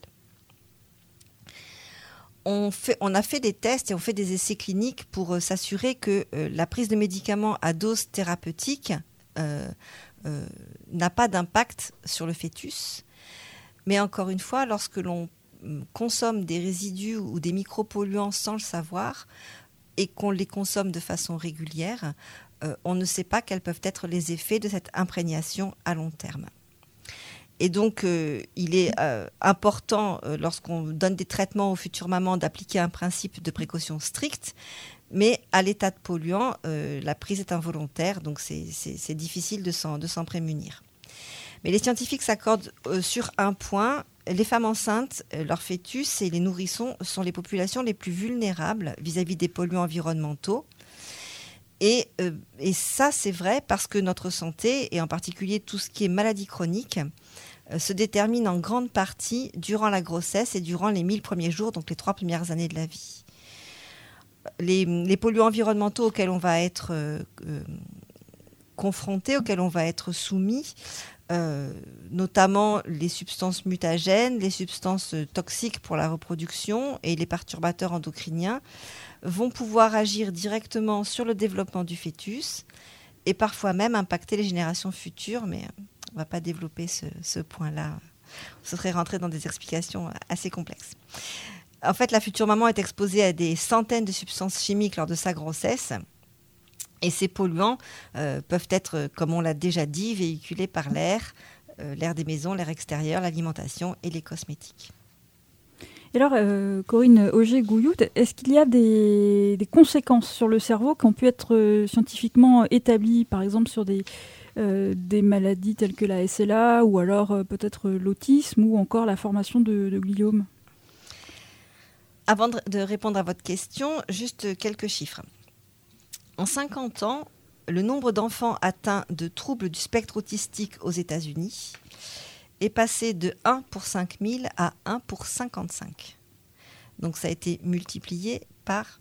[SPEAKER 2] On, fait, on a fait des tests et on fait des essais cliniques pour euh, s'assurer que euh, la prise de médicaments à dose thérapeutique euh, euh, n'a pas d'impact sur le fœtus. Mais encore une fois, lorsque l'on consomme des résidus ou des micropolluants sans le savoir et qu'on les consomme de façon régulière, euh, on ne sait pas quels peuvent être les effets de cette imprégnation à long terme. Et donc, euh, il est euh, important, euh, lorsqu'on donne des traitements aux futures mamans, d'appliquer un principe de précaution stricte. Mais à l'état de polluant, euh, la prise est involontaire, donc c'est, c'est, c'est difficile de s'en, de s'en prémunir. Mais les scientifiques s'accordent euh, sur un point. Les femmes enceintes, euh, leurs fœtus et les nourrissons sont les populations les plus vulnérables vis-à-vis des polluants environnementaux. Et, euh, et ça, c'est vrai parce que notre santé, et en particulier tout ce qui est maladie chronique, euh, se détermine en grande partie durant la grossesse et durant les mille premiers jours, donc les trois premières années de la vie. Les, les polluants environnementaux auxquels on va être euh, euh, confrontés, auxquels on va être soumis, euh, notamment les substances mutagènes, les substances toxiques pour la reproduction et les perturbateurs endocriniens, vont pouvoir agir directement sur le développement du fœtus et parfois même impacter les générations futures, mais on ne va pas développer ce, ce point-là. Ce serait rentrer dans des explications assez complexes. En fait, la future maman est exposée à des centaines de substances chimiques lors de sa grossesse. Et ces polluants euh, peuvent être, comme on l'a déjà dit, véhiculés par l'air, euh, l'air des maisons, l'air extérieur, l'alimentation et les cosmétiques.
[SPEAKER 1] Et alors, euh, Corinne Auger-Gouilloud, est-ce qu'il y a des, des conséquences sur le cerveau qui ont pu être euh, scientifiquement établies, par exemple sur des, euh, des maladies telles que la S L A ou alors euh, peut-être l'autisme ou encore la formation de, de gliome ?
[SPEAKER 2] Avant de, de répondre à votre question, juste quelques chiffres. En cinquante ans, le nombre d'enfants atteints de troubles du spectre autistique aux États-Unis est passé de un pour cinq mille à un pour cinquante-cinq. Donc ça a été multiplié par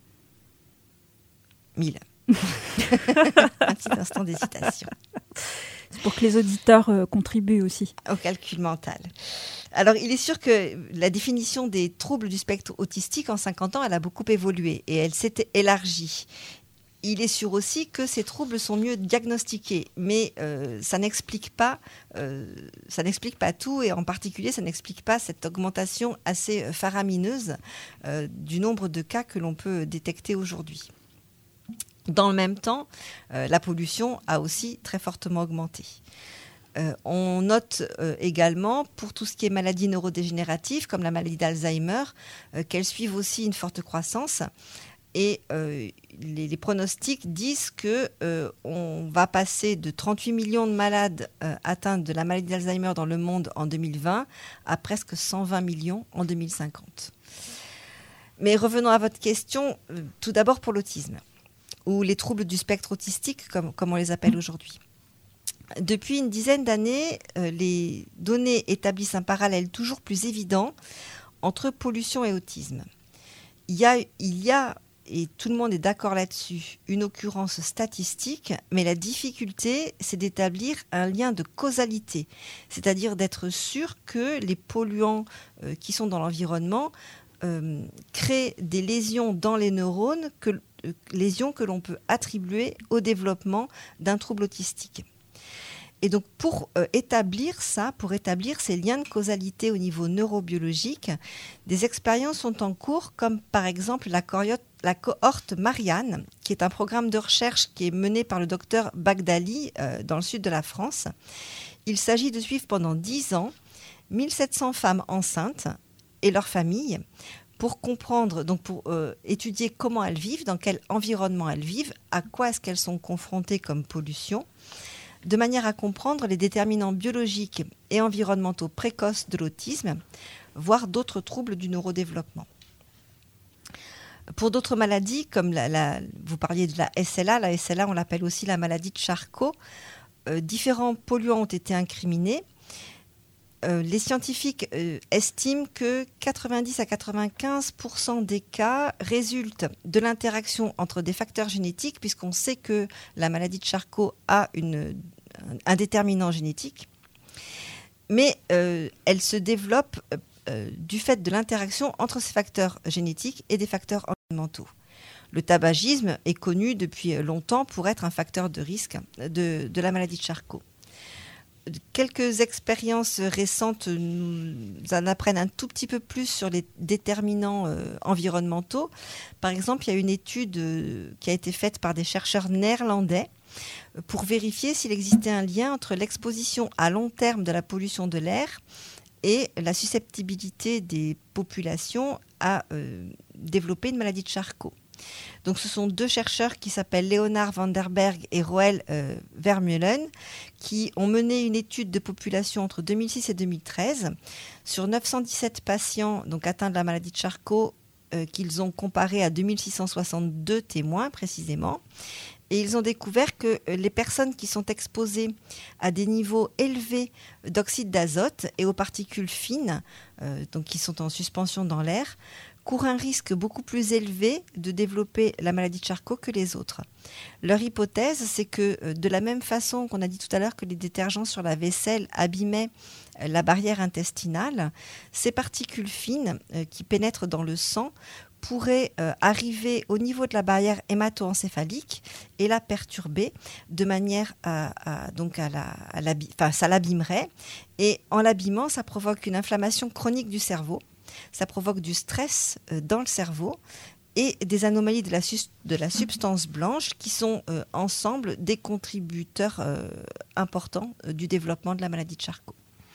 [SPEAKER 2] mille. Un petit instant d'hésitation.
[SPEAKER 1] C'est pour que les auditeurs euh, contribuent aussi.
[SPEAKER 2] Au calcul mental. Alors, il est sûr que la définition des troubles du spectre autistique en cinquante ans, elle a beaucoup évolué et elle s'est élargie. Il est sûr aussi que ces troubles sont mieux diagnostiqués, mais euh, ça n'explique pas, euh, ça n'explique pas tout, et en particulier, ça n'explique pas cette augmentation assez faramineuse euh, du nombre de cas que l'on peut détecter aujourd'hui. Dans le même temps, euh, la pollution a aussi très fortement augmenté. Euh, on note euh, également, pour tout ce qui est maladies neurodégénératives, comme la maladie d'Alzheimer, euh, qu'elles suivent aussi une forte croissance. Et euh, les, les pronostics disent qu'on euh, va passer de trente-huit millions de malades euh, atteints de la maladie d'Alzheimer dans le monde en deux mille vingt à presque cent vingt millions en deux mille cinquante. Mais revenons à votre question, euh, tout d'abord pour l'autisme, ou les troubles du spectre autistique, comme, comme on les appelle aujourd'hui. Depuis une dizaine d'années, euh, les données établissent un parallèle toujours plus évident entre pollution et autisme. Il y a... Il y a et tout le monde est d'accord là-dessus, une occurrence statistique, mais la difficulté, c'est d'établir un lien de causalité, c'est-à-dire d'être sûr que les polluants euh, qui sont dans l'environnement euh, créent des lésions dans les neurones, que, euh, lésions que l'on peut attribuer au développement d'un trouble autistique. Et donc, pour euh, établir ça, pour établir ces liens de causalité au niveau neurobiologique, des expériences sont en cours, comme par exemple la, coriote, la cohorte Marianne, qui est un programme de recherche qui est mené par le docteur Bagdali euh, dans le sud de la France. Il s'agit de suivre pendant dix ans mille sept cents femmes enceintes et leurs familles pour comprendre, donc pour euh, étudier comment elles vivent, dans quel environnement elles vivent, à quoi est-ce qu'elles sont confrontées comme pollution, de manière à comprendre les déterminants biologiques et environnementaux précoces de l'autisme, voire d'autres troubles du neurodéveloppement. Pour d'autres maladies, comme la, la, vous parliez de la S L A, la S L A on l'appelle aussi la maladie de Charcot, euh, différents polluants ont été incriminés. Euh, les scientifiques euh, estiment que quatre-vingt-dix à quatre-vingt-quinze pour cent des cas résultent de l'interaction entre des facteurs génétiques, puisqu'on sait que la maladie de Charcot a une, un déterminant génétique, mais euh, elle se développe euh, du fait de l'interaction entre ces facteurs génétiques et des facteurs environnementaux. Le tabagisme est connu depuis longtemps pour être un facteur de risque de, de la maladie de Charcot. Quelques expériences récentes nous en apprennent un tout petit peu plus sur les déterminants euh, environnementaux. Par exemple, il y a une étude euh, qui a été faite par des chercheurs néerlandais euh, pour vérifier s'il existait un lien entre l'exposition à long terme de la pollution de l'air et la susceptibilité des populations à euh, développer une maladie de Charcot. Donc, ce sont deux chercheurs qui s'appellent Leonard van der Berg et Roel euh, Vermeulen qui ont mené une étude de population entre deux mille six et deux mille treize sur neuf cent dix-sept patients donc, atteints de la maladie de Charcot euh, qu'ils ont comparé à deux mille six cent soixante-deux témoins précisément. Et ils ont découvert que les personnes qui sont exposées à des niveaux élevés d'oxyde d'azote et aux particules fines, euh, donc qui sont en suspension dans l'air, courent un risque beaucoup plus élevé de développer la maladie de Charcot que les autres. Leur hypothèse, c'est que de la même façon qu'on a dit tout à l'heure que les détergents sur la vaisselle abîmaient la barrière intestinale, ces particules fines euh, qui pénètrent dans le sang pourraient euh, arriver au niveau de la barrière hémato-encéphalique et la perturber de manière à, à donc à la, à l'habi- enfin, ça l'abîmerait. Et en l'abîmant, ça provoque une inflammation chronique du cerveau. Ça provoque du stress euh, dans le cerveau et des anomalies de la, sus- de la substance blanche qui sont euh, ensemble des contributeurs euh, importants euh, du développement de la maladie de Charcot.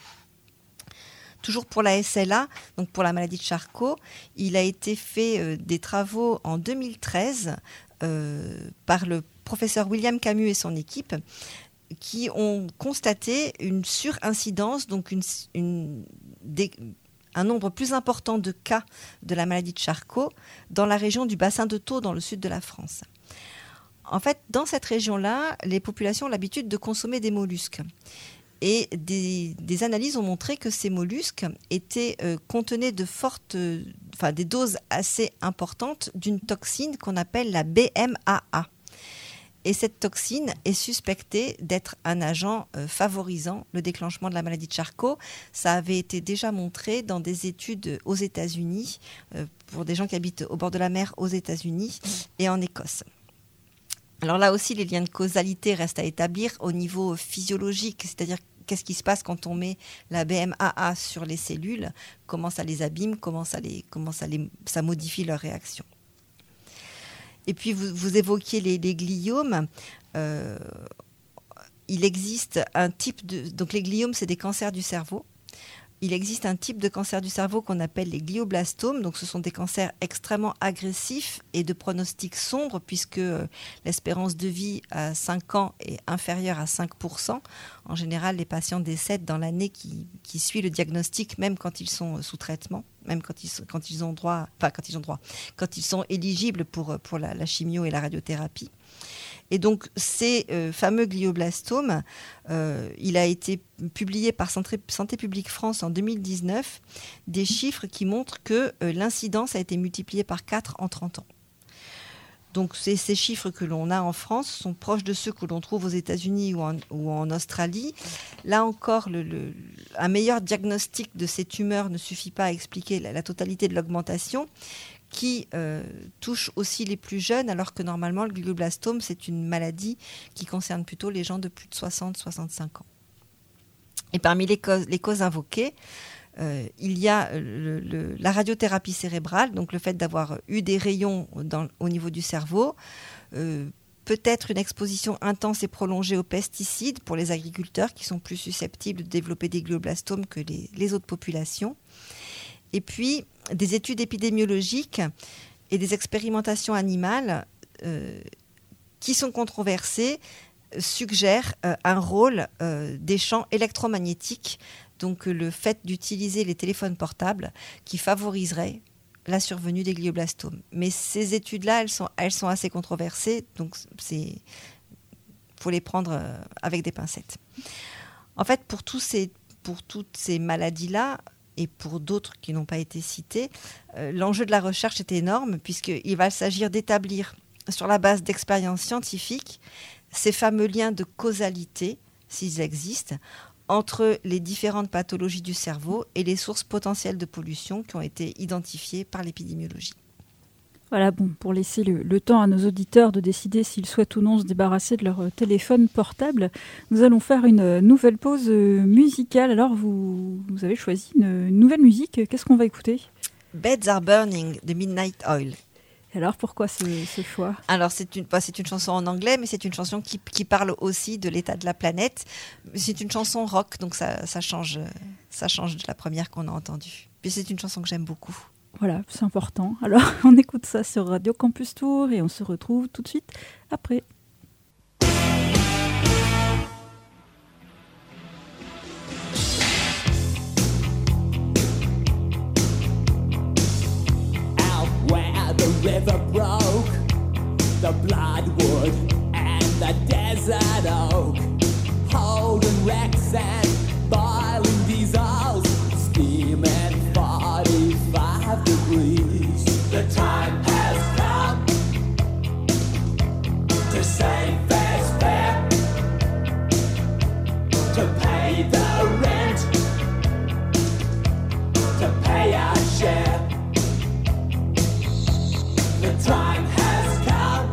[SPEAKER 2] Toujours pour la S L A, donc pour la maladie de Charcot, il a été fait euh, des travaux en deux mille treize euh, par le professeur William Camus et son équipe qui ont constaté une surincidence, donc une, une, des, un nombre plus important de cas de la maladie de Charcot dans la région du bassin de Thau, dans le sud de la France. En fait, dans cette région-là, les populations ont l'habitude de consommer des mollusques. Et des, des analyses ont montré que ces mollusques étaient, euh, contenaient de fortes, euh, enfin, des doses assez importantes d'une toxine qu'on appelle la B M A A. Et cette toxine est suspectée d'être un agent euh, favorisant le déclenchement de la maladie de Charcot. Ça avait été déjà montré dans des études aux États-Unis, euh, pour des gens qui habitent au bord de la mer aux États-Unis et en Écosse. Alors là aussi, les liens de causalité restent à établir au niveau physiologique, c'est-à-dire qu'est-ce qui se passe quand on met la B M A A sur les cellules, comment ça les abîme, comment ça, les, comment ça, les, ça modifie leur réaction. Et puis, vous, vous évoquiez les, les gliomes. Euh, il existe un type de... Donc, les gliomes, c'est des cancers du cerveau. Il existe un type de cancer du cerveau qu'on appelle les glioblastomes. Donc, ce sont des cancers extrêmement agressifs et de pronostic sombre, puisque euh, l'espérance de vie à cinq ans est inférieure à cinq pour cent. En général, les patients décèdent dans l'année qui, qui suit le diagnostic, même quand ils sont sous traitement, même quand ils, quand ils ont droit, enfin, quand ils ont droit, quand ils sont éligibles pour, pour la, la chimio et la radiothérapie. Et donc, ces euh, fameux glioblastomes, euh, il a été publié par Santé, Santé publique France en deux mille dix-neuf, des chiffres qui montrent que euh, l'incidence a été multipliée par quatre en trente ans. Donc ces, ces chiffres que l'on a en France sont proches de ceux que l'on trouve aux États-Unis ou en, ou en Australie. Là encore, le, le, un meilleur diagnostic de ces tumeurs ne suffit pas à expliquer la, la totalité de l'augmentation, qui euh, touche aussi les plus jeunes, alors que normalement le glioblastome, c'est une maladie qui concerne plutôt les gens de plus de soixante à soixante-cinq ans. Et parmi les causes, les causes invoquées, Euh, il y a le, le, la radiothérapie cérébrale, donc le fait d'avoir eu des rayons dans, au niveau du cerveau, euh, peut-être une exposition intense et prolongée aux pesticides pour les agriculteurs qui sont plus susceptibles de développer des glioblastomes que les, les autres populations. Et puis, des études épidémiologiques et des expérimentations animales euh, qui sont controversées suggèrent euh, un rôle euh, des champs électromagnétiques, donc le fait d'utiliser les téléphones portables qui favoriserait la survenue des glioblastomes. Mais ces études-là, elles sont, elles sont assez controversées, donc il faut les prendre avec des pincettes. En fait, pour, tous ces, pour toutes ces maladies-là, et pour d'autres qui n'ont pas été citées, euh, l'enjeu de la recherche est énorme, puisqu'il va s'agir d'établir, sur la base d'expériences scientifiques, ces fameux liens de causalité, s'ils existent, entre les différentes pathologies du cerveau et les sources potentielles de pollution qui ont été identifiées par l'épidémiologie.
[SPEAKER 1] Voilà, bon, pour laisser le, le temps à nos auditeurs de décider s'ils souhaitent ou non se débarrasser de leur téléphone portable, nous allons faire une nouvelle pause musicale. Alors, vous, vous avez choisi une, une nouvelle musique. Qu'est-ce qu'on va écouter ?
[SPEAKER 2] Beds Are Burning de Midnight Oil.
[SPEAKER 1] Et alors, pourquoi ce, ce choix ?
[SPEAKER 2] Alors, c'est une, bah, c'est une chanson en anglais, mais c'est une chanson qui, qui parle aussi de l'état de la planète. C'est une chanson rock, donc ça, ça, change, ça change de la première qu'on a entendue. Puis c'est une chanson que j'aime beaucoup.
[SPEAKER 1] Voilà, c'est important. Alors, on écoute ça sur Radio Campus Tour et on se retrouve tout de suite après.
[SPEAKER 4] The river broke, the bloodwood and the desert oak, holding wrecks and boiling diesels, steaming forty-five degrees. The time has come to save fair's fair, to pay the rent, to pay our share. The time has come,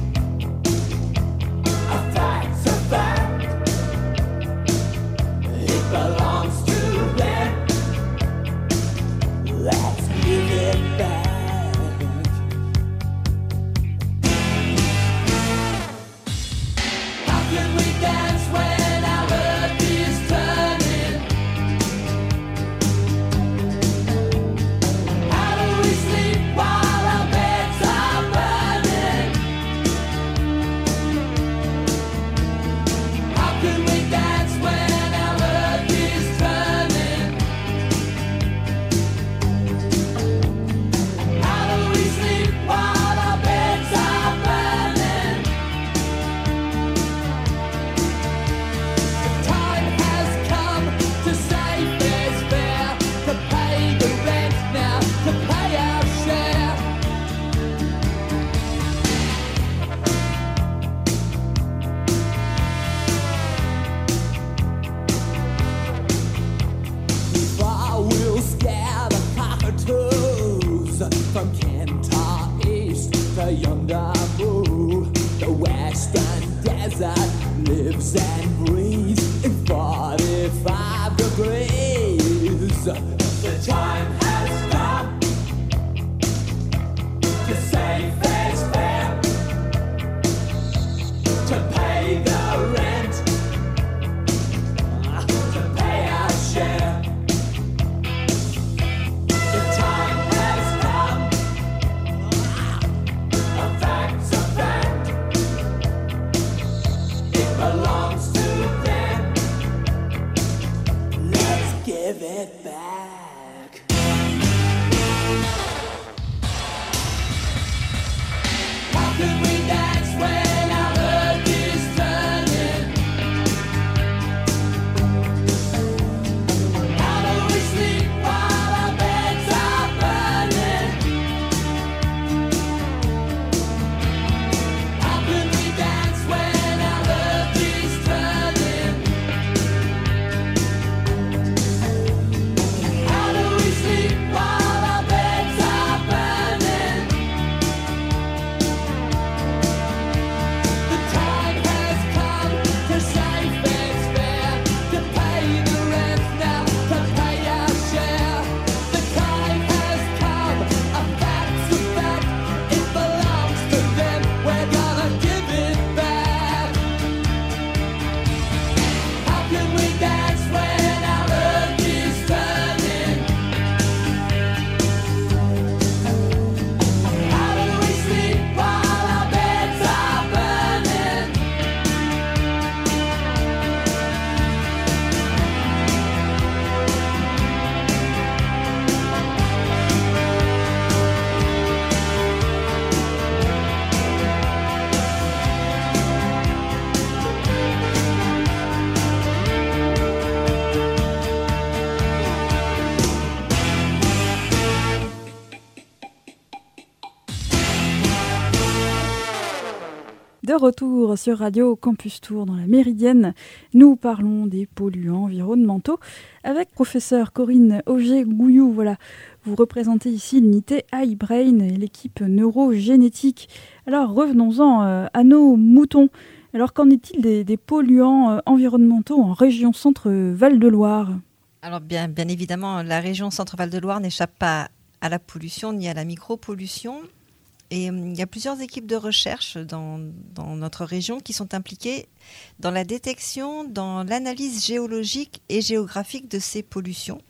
[SPEAKER 4] a fact's a fact, it belongs to them, let's give it back. How can we dance when our earth is turning? How do we sleep while our beds are burning? How can we dance when our earth is turning? How do we sleep while our beds are burning? The time has come to save fair's fair, to pay the rent now, to pay our share. Before we'll scare the cockatoos from Kentar East to Yondabu, the western desert lives and breathes in forty-five degrees. The time has come to save fair's fair, to pay the rent, to pay our share. The time has come, a fact's a fact, it belongs to
[SPEAKER 1] De retour sur Radio Campus Tour dans la Méridienne, nous parlons des polluants environnementaux avec professeur Corinne Auger-Gouillou. Voilà, vous représentez ici l'unité iBrain et l'équipe neurogénétique. Alors revenons-en euh, à nos moutons. Alors qu'en est-il des, des polluants euh, environnementaux en région Centre-Val-de-Loire ?
[SPEAKER 2] Alors bien, bien évidemment, la région Centre-Val de Loire n'échappe pas à la pollution ni à la micropollution. Et euh, il y a plusieurs équipes de recherche dans, dans notre région qui sont impliquées dans la détection, dans l'analyse géologique et géographique de ces pollutions.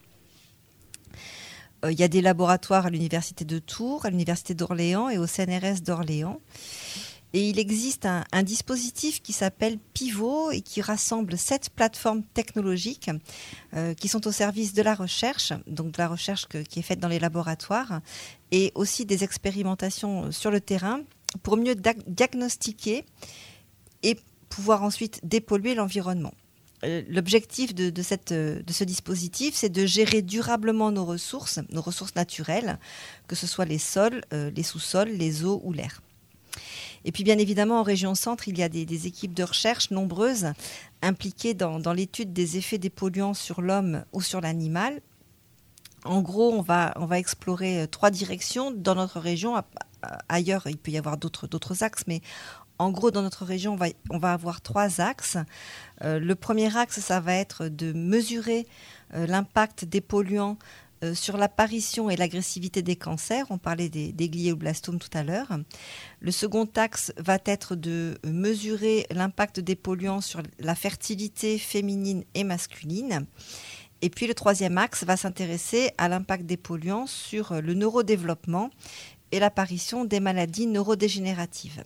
[SPEAKER 2] Euh, il y a des laboratoires à l'Université de Tours, à l'Université d'Orléans et au C N R S d'Orléans. Et il existe un, un dispositif qui s'appelle Pivot et qui rassemble sept plateformes technologiques euh, qui sont au service de la recherche, donc de la recherche que, qui est faite dans les laboratoires, et aussi des expérimentations sur le terrain pour mieux da- diagnostiquer et pouvoir ensuite dépolluer l'environnement. Euh, l'objectif de, de, cette, de ce dispositif, c'est de gérer durablement nos ressources, nos ressources naturelles, que ce soit les sols, euh, les sous-sols, les eaux ou l'air. Et puis bien évidemment, en région centre, il y a des, des équipes de recherche nombreuses impliquées dans, dans l'étude des effets des polluants sur l'homme ou sur l'animal. En gros, on va, on va explorer trois directions dans notre région. Ailleurs, il peut y avoir d'autres, d'autres axes, mais en gros, dans notre région, on va, on va avoir trois axes. Euh, le premier axe, ça va être de mesurer euh, l'impact des polluants Euh, sur l'apparition et l'agressivité des cancers. On parlait des, des glioblastomes tout à l'heure. Le second axe va être de mesurer l'impact des polluants sur la fertilité féminine et masculine. Et puis le troisième axe va s'intéresser à l'impact des polluants sur le neurodéveloppement et l'apparition des maladies neurodégénératives.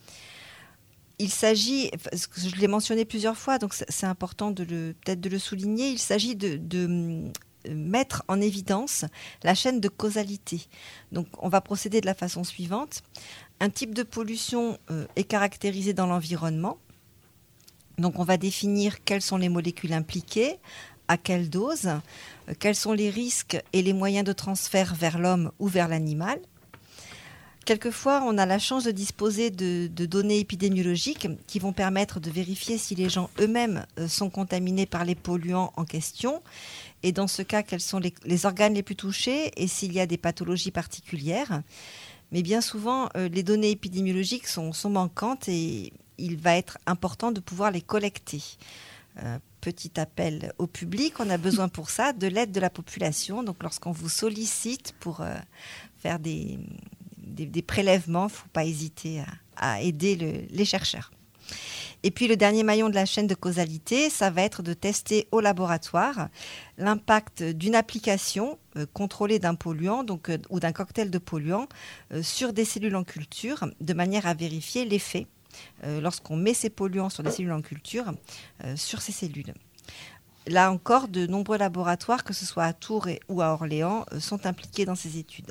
[SPEAKER 2] Il s'agit, je l'ai mentionné plusieurs fois, donc c'est important de le, peut-être de le souligner, il s'agit de, de mettre en évidence la chaîne de causalité. Donc, on va procéder de la façon suivante. Un type de pollution euh, est caractérisé dans l'environnement. Donc, on va définir quelles sont les molécules impliquées, à quelle dose, euh, quels sont les risques et les moyens de transfert vers l'homme ou vers l'animal. Quelquefois, on a la chance de disposer de, de données épidémiologiques qui vont permettre de vérifier si les gens eux-mêmes euh, sont contaminés par les polluants en question. Et dans ce cas, quels sont les, les organes les plus touchés et s'il y a des pathologies particulières. Mais bien souvent, euh, les données épidémiologiques sont, sont manquantes et il va être important de pouvoir les collecter. Euh, petit appel au public, on a besoin pour ça de l'aide de la population. Donc lorsqu'on vous sollicite pour euh, faire des, des, des prélèvements, il ne faut pas hésiter à, à aider le, les chercheurs. Et puis le dernier maillon de la chaîne de causalité, ça va être de tester au laboratoire l'impact d'une application euh, contrôlée d'un polluant donc, euh, ou d'un cocktail de polluants euh, sur des cellules en culture, de manière à vérifier l'effet euh, lorsqu'on met ces polluants sur des cellules en culture, euh, sur ces cellules. Là encore, de nombreux laboratoires, que ce soit à Tours et, ou à Orléans, euh, sont impliqués dans ces études.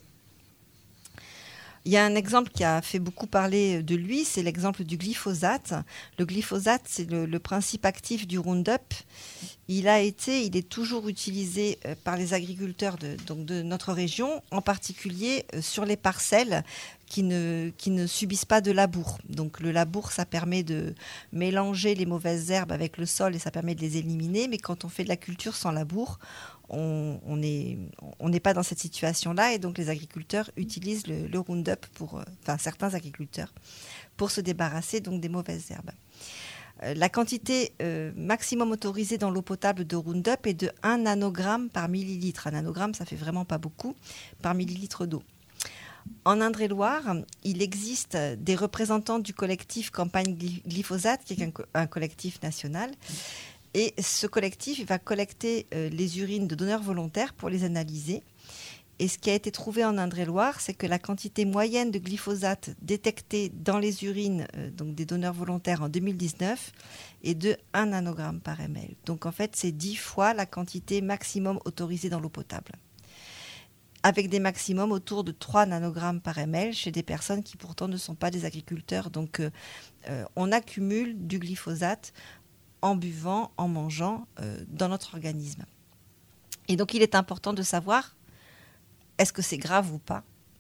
[SPEAKER 2] Il y a un exemple qui a fait beaucoup parler de lui, c'est l'exemple du glyphosate. Le glyphosate, c'est le, le principe actif du Roundup. Il a été, il est toujours utilisé par les agriculteurs de, donc de notre région, en particulier sur les parcelles qui ne, qui ne subissent pas de labour. Donc le labour, ça permet de mélanger les mauvaises herbes avec le sol et ça permet de les éliminer. Mais quand on fait de la culture sans labour, on on n'est on n'est pas dans cette situation-là et donc les agriculteurs utilisent le, le Roundup pour, enfin certains agriculteurs, pour se débarrasser donc des mauvaises herbes. Euh, la quantité euh, maximum autorisée dans l'eau potable de Roundup est de un nanogramme par millilitre. Un nanogramme, ça fait vraiment pas beaucoup, par millilitre d'eau. En Indre-et-Loire, il existe des représentants du collectif Campagne Glyphosate, qui est un, un collectif national. Et ce collectif il va collecter euh, les urines de donneurs volontaires pour les analyser. Et ce qui a été trouvé en Indre-et-Loire, c'est que la quantité moyenne de glyphosate détectée dans les urines euh, donc des donneurs volontaires en deux mille dix-neuf est de un nanogramme par millilitre. Donc en fait, c'est dix fois la quantité maximum autorisée dans l'eau potable, avec des maximums autour de trois nanogrammes par millilitre chez des personnes qui pourtant ne sont pas des agriculteurs. Donc euh, euh, on accumule du glyphosate en buvant, en mangeant euh, dans notre organisme. Et donc il est important de savoir est-ce que c'est grave ou pas.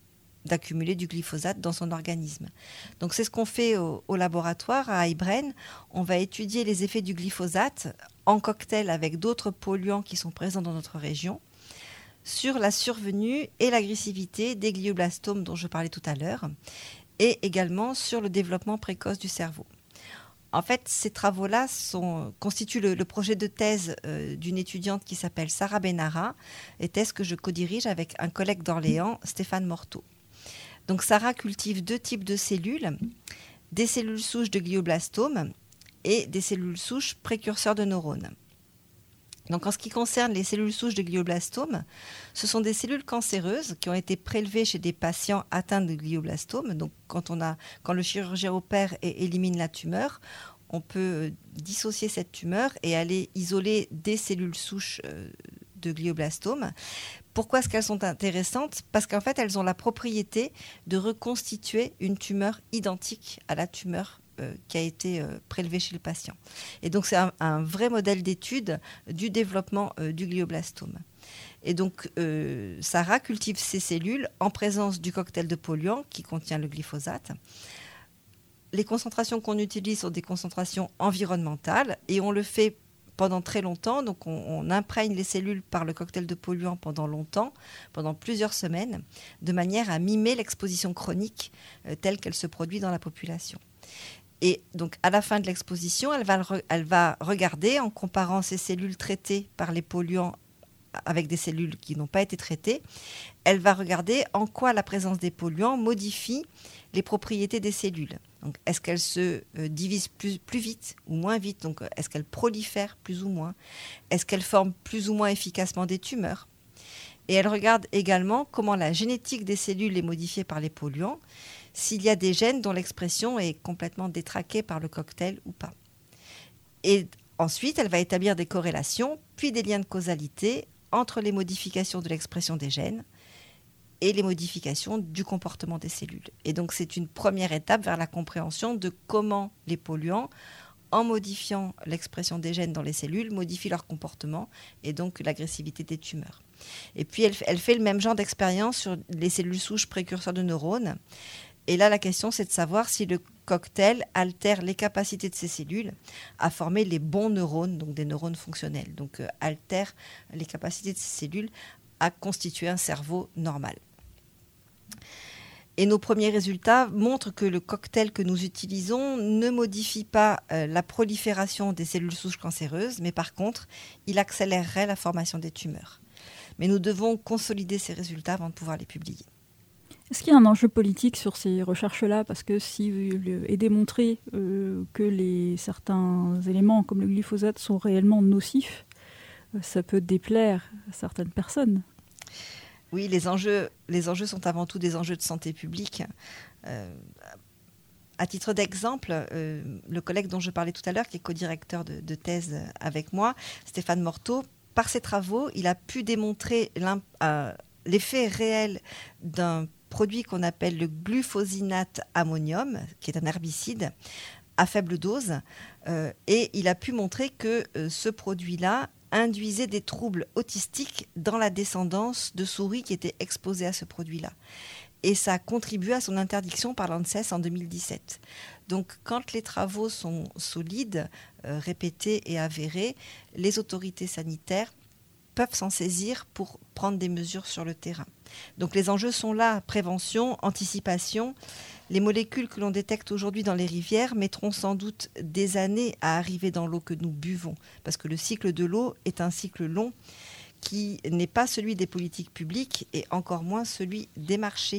[SPEAKER 2] d'accumuler du glyphosate dans son organisme. Donc c'est ce qu'on fait au, au laboratoire à Ibren. On va étudier les effets du glyphosate en cocktail avec d'autres polluants qui sont présents dans notre région sur la survenue et l'agressivité des glioblastomes dont je parlais tout à l'heure et également sur le développement précoce du cerveau. En fait, ces travaux-là sont, constituent le, le projet de thèse euh, d'une étudiante qui s'appelle Sarah Benara, et thèse que je co-dirige avec un collègue d'Orléans, Stéphane Morteau. Donc Sarah cultive deux types de cellules, des cellules souches de glioblastomes et des cellules souches précurseurs de neurones. Donc en ce qui concerne les cellules souches de glioblastomes, ce sont des cellules cancéreuses qui ont été prélevées chez des patients atteints de glioblastomes. Donc quand, on a, quand le chirurgien opère et élimine la tumeur, on peut dissocier cette tumeur et aller isoler des cellules souches de glioblastomes. Pourquoi est-ce qu'elles sont intéressantes ? Parce qu'en fait, elles ont la propriété de reconstituer une tumeur identique à la tumeur Euh, qui a été euh, prélevé chez le patient. Et donc, c'est un, un vrai modèle d'étude du développement euh, du glioblastome. Et donc, euh, Sarah cultive ces cellules en présence du cocktail de polluants qui contient le glyphosate. Les concentrations qu'on utilise sont des concentrations environnementales et on le fait pendant très longtemps. Donc, on, on imprègne les cellules par le cocktail de polluants pendant longtemps, pendant plusieurs semaines, de manière à mimer l'exposition chronique euh, telle qu'elle se produit dans la population. Et donc, à la fin de l'exposition, elle va, re- elle va regarder, en comparant ces cellules traitées par les polluants avec des cellules qui n'ont pas été traitées, elle va regarder en quoi la présence des polluants modifie les propriétés des cellules. Donc, est-ce qu'elles se euh, divisent plus, plus vite ou moins vite ? Donc, est-ce qu'elles prolifèrent plus ou moins ? Est-ce qu'elles forment plus ou moins efficacement des tumeurs ? Et elle regarde également comment la génétique des cellules est modifiée par les polluants, s'il y a des gènes dont l'expression est complètement détraquée par le cocktail ou pas. Et ensuite, elle va établir des corrélations, puis des liens de causalité entre les modifications de l'expression des gènes et les modifications du comportement des cellules. Et donc, c'est une première étape vers la compréhension de comment les polluants, en modifiant l'expression des gènes dans les cellules, modifient leur comportement et donc l'agressivité des tumeurs. Et puis, elle, elle fait le même genre d'expérience sur les cellules souches précurseurs de neurones. Et là, la question, c'est de savoir si le cocktail altère les capacités de ces cellules à former les bons neurones, donc des neurones fonctionnels. Donc, euh, altère les capacités de ces cellules à constituer un cerveau normal. Et nos premiers résultats montrent que le cocktail que nous utilisons ne modifie pas euh, la prolifération des cellules souches cancéreuses, mais par contre, il accélérerait la formation des tumeurs. Mais nous devons consolider ces résultats avant de pouvoir les publier.
[SPEAKER 1] Est-ce qu'il y a un enjeu politique sur ces recherches-là ? Parce que si il est démontré euh, que les, certains éléments comme le glyphosate sont réellement nocifs, euh, ça peut déplaire à certaines personnes.
[SPEAKER 2] Oui, les enjeux, les enjeux sont avant tout des enjeux de santé publique. Euh, à titre d'exemple, euh, le collègue dont je parlais tout à l'heure, qui est co-directeur de, de thèse avec moi, Stéphane Morteau, par ses travaux, il a pu démontrer euh, l'effet réel d'un produit qu'on appelle le glufosinate ammonium, qui est un herbicide à faible dose, euh, et il a pu montrer que euh, ce produit-là induisait des troubles autistiques dans la descendance de souris qui étaient exposées à ce produit-là. Et ça a contribué à son interdiction par l'ANSES en deux mille dix-sept. Donc, quand les travaux sont solides, euh, répétés et avérés, les autorités sanitaires peuvent s'en saisir pour prendre des mesures sur le terrain. Donc les enjeux sont là, prévention, anticipation. Les molécules que l'on détecte aujourd'hui dans les rivières mettront sans doute des années à arriver dans l'eau que nous buvons, parce que le cycle de l'eau est un cycle long qui n'est pas celui des politiques publiques et encore moins celui des marchés.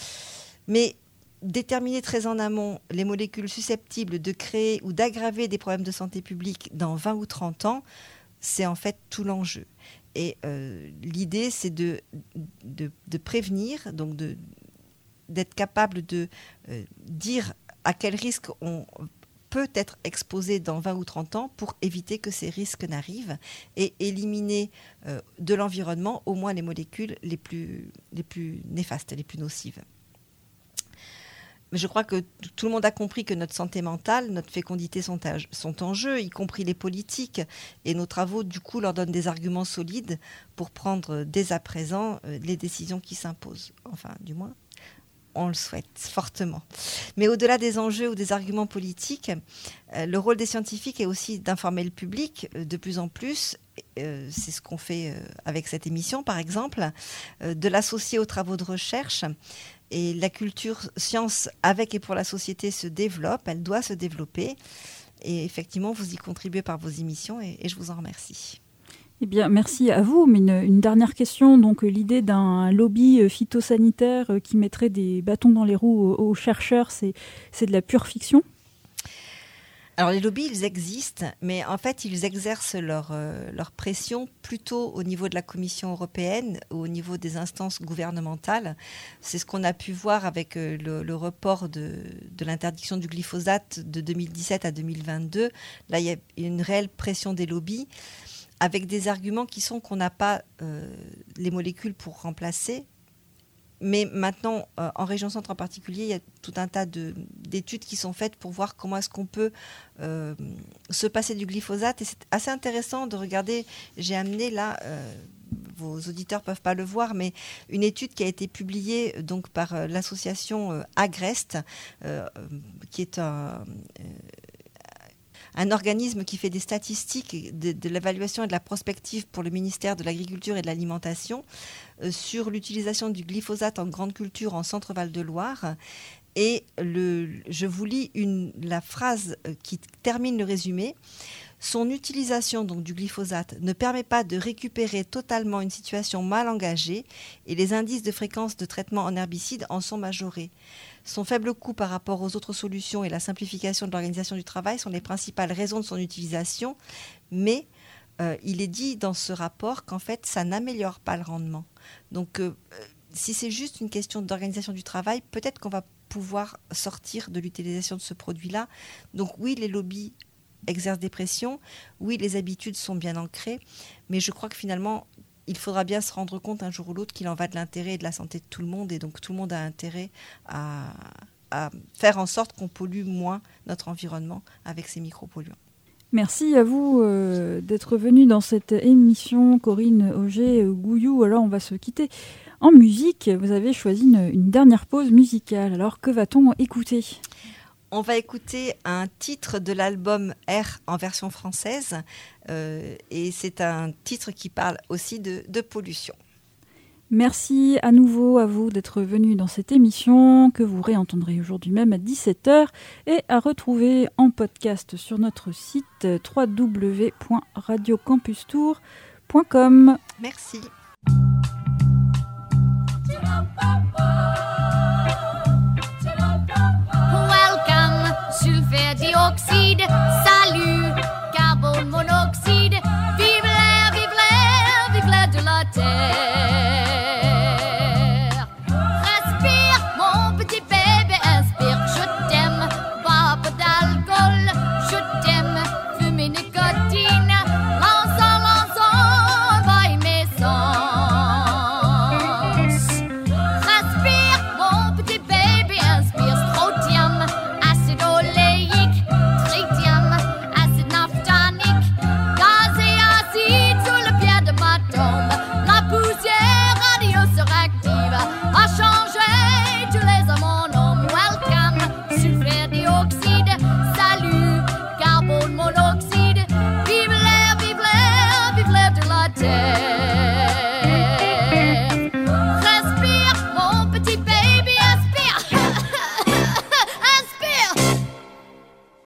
[SPEAKER 2] Mais déterminer très en amont les molécules susceptibles de créer ou d'aggraver des problèmes de santé publique dans vingt ou trente ans, c'est en fait tout l'enjeu. Et euh, l'idée, c'est de, de, de prévenir, donc de, d'être capable de euh, dire à quel risque on peut être exposé dans vingt ou trente ans pour éviter que ces risques n'arrivent et éliminer euh, de l'environnement au moins les molécules les plus, les plus néfastes, les plus nocives. Mais je crois que tout le monde a compris que notre santé mentale, notre fécondité sont, à, sont en jeu, y compris les politiques. Et nos travaux, du coup, leur donnent des arguments solides pour prendre dès à présent les décisions qui s'imposent. Enfin, du moins, On le souhaite fortement. Mais au-delà des enjeux ou des arguments politiques, euh, le rôle des scientifiques est aussi d'informer le public euh, de plus en plus. Euh, c'est ce qu'on fait euh, avec cette émission, par exemple, euh, de l'associer aux travaux de recherche. Et la culture science avec et pour la société se développe, elle doit se développer. Et effectivement, vous y contribuez par vos émissions et, et je vous en remercie.
[SPEAKER 1] Eh bien, merci à vous. Mais une, une dernière question. Donc, l'idée d'un lobby phytosanitaire qui mettrait des bâtons dans les roues aux, aux chercheurs, c'est, c'est de la pure fiction ?
[SPEAKER 2] Alors, les lobbies, ils existent, mais en fait, ils exercent leur, euh, leur pression plutôt au niveau de la Commission européenne ou au niveau des instances gouvernementales. C'est ce qu'on a pu voir avec euh, le, le report de, de l'interdiction du glyphosate de deux mille dix-sept à deux mille vingt-deux. Là, il y a une réelle pression des lobbies, avec des arguments qui sont qu'on n'a pas euh, les molécules pour remplacer. Mais maintenant, euh, en région centre en particulier, il y a tout un tas de, d'études qui sont faites pour voir comment est-ce qu'on peut euh, se passer du glyphosate. Et c'est assez intéressant de regarder, j'ai amené là, euh, vos auditeurs ne peuvent pas le voir, mais une étude qui a été publiée donc, par euh, l'association euh, Agreste, euh, qui est un... Euh, un organisme qui fait des statistiques de, de l'évaluation et de la prospective pour le ministère de l'Agriculture et de l'Alimentation euh, sur l'utilisation du glyphosate en grande culture en Centre-Val de Loire. Et le, je vous lis une, la phrase qui termine le résumé. Son utilisation donc, du glyphosate ne permet pas de récupérer totalement une situation mal engagée et les indices de fréquence de traitement en herbicide en sont majorés. Son faible coût par rapport aux autres solutions et la simplification de l'organisation du travail sont les principales raisons de son utilisation, mais euh, il est dit dans ce rapport qu'en fait, ça n'améliore pas le rendement. Donc, euh, si c'est juste une question d'organisation du travail, peut-être qu'on va pouvoir sortir de l'utilisation de ce produit-là. Donc oui, les lobbies exercent des pressions, oui, les habitudes sont bien ancrées, mais je crois que finalement, il faudra bien se rendre compte un jour ou l'autre qu'il en va de l'intérêt et de la santé de tout le monde, et donc tout le monde a intérêt à, à faire en sorte qu'on pollue moins notre environnement avec ces micropolluants.
[SPEAKER 1] Merci à vous euh, d'être venue dans cette émission, Corinne Auger-Gouillou. Alors on va se quitter en musique. Vous avez choisi une, une dernière pause musicale. Alors que va-t-on écouter ?
[SPEAKER 2] On va écouter un titre de l'album R en version française euh, et c'est un titre qui parle aussi de, de pollution.
[SPEAKER 1] Merci à nouveau à vous d'être venus dans cette émission que vous réentendrez aujourd'hui même à dix-sept heures et à retrouver en podcast sur notre site w w w point radio campus tour point com.
[SPEAKER 2] Merci.
[SPEAKER 5] Welcome, sulfurdioxide.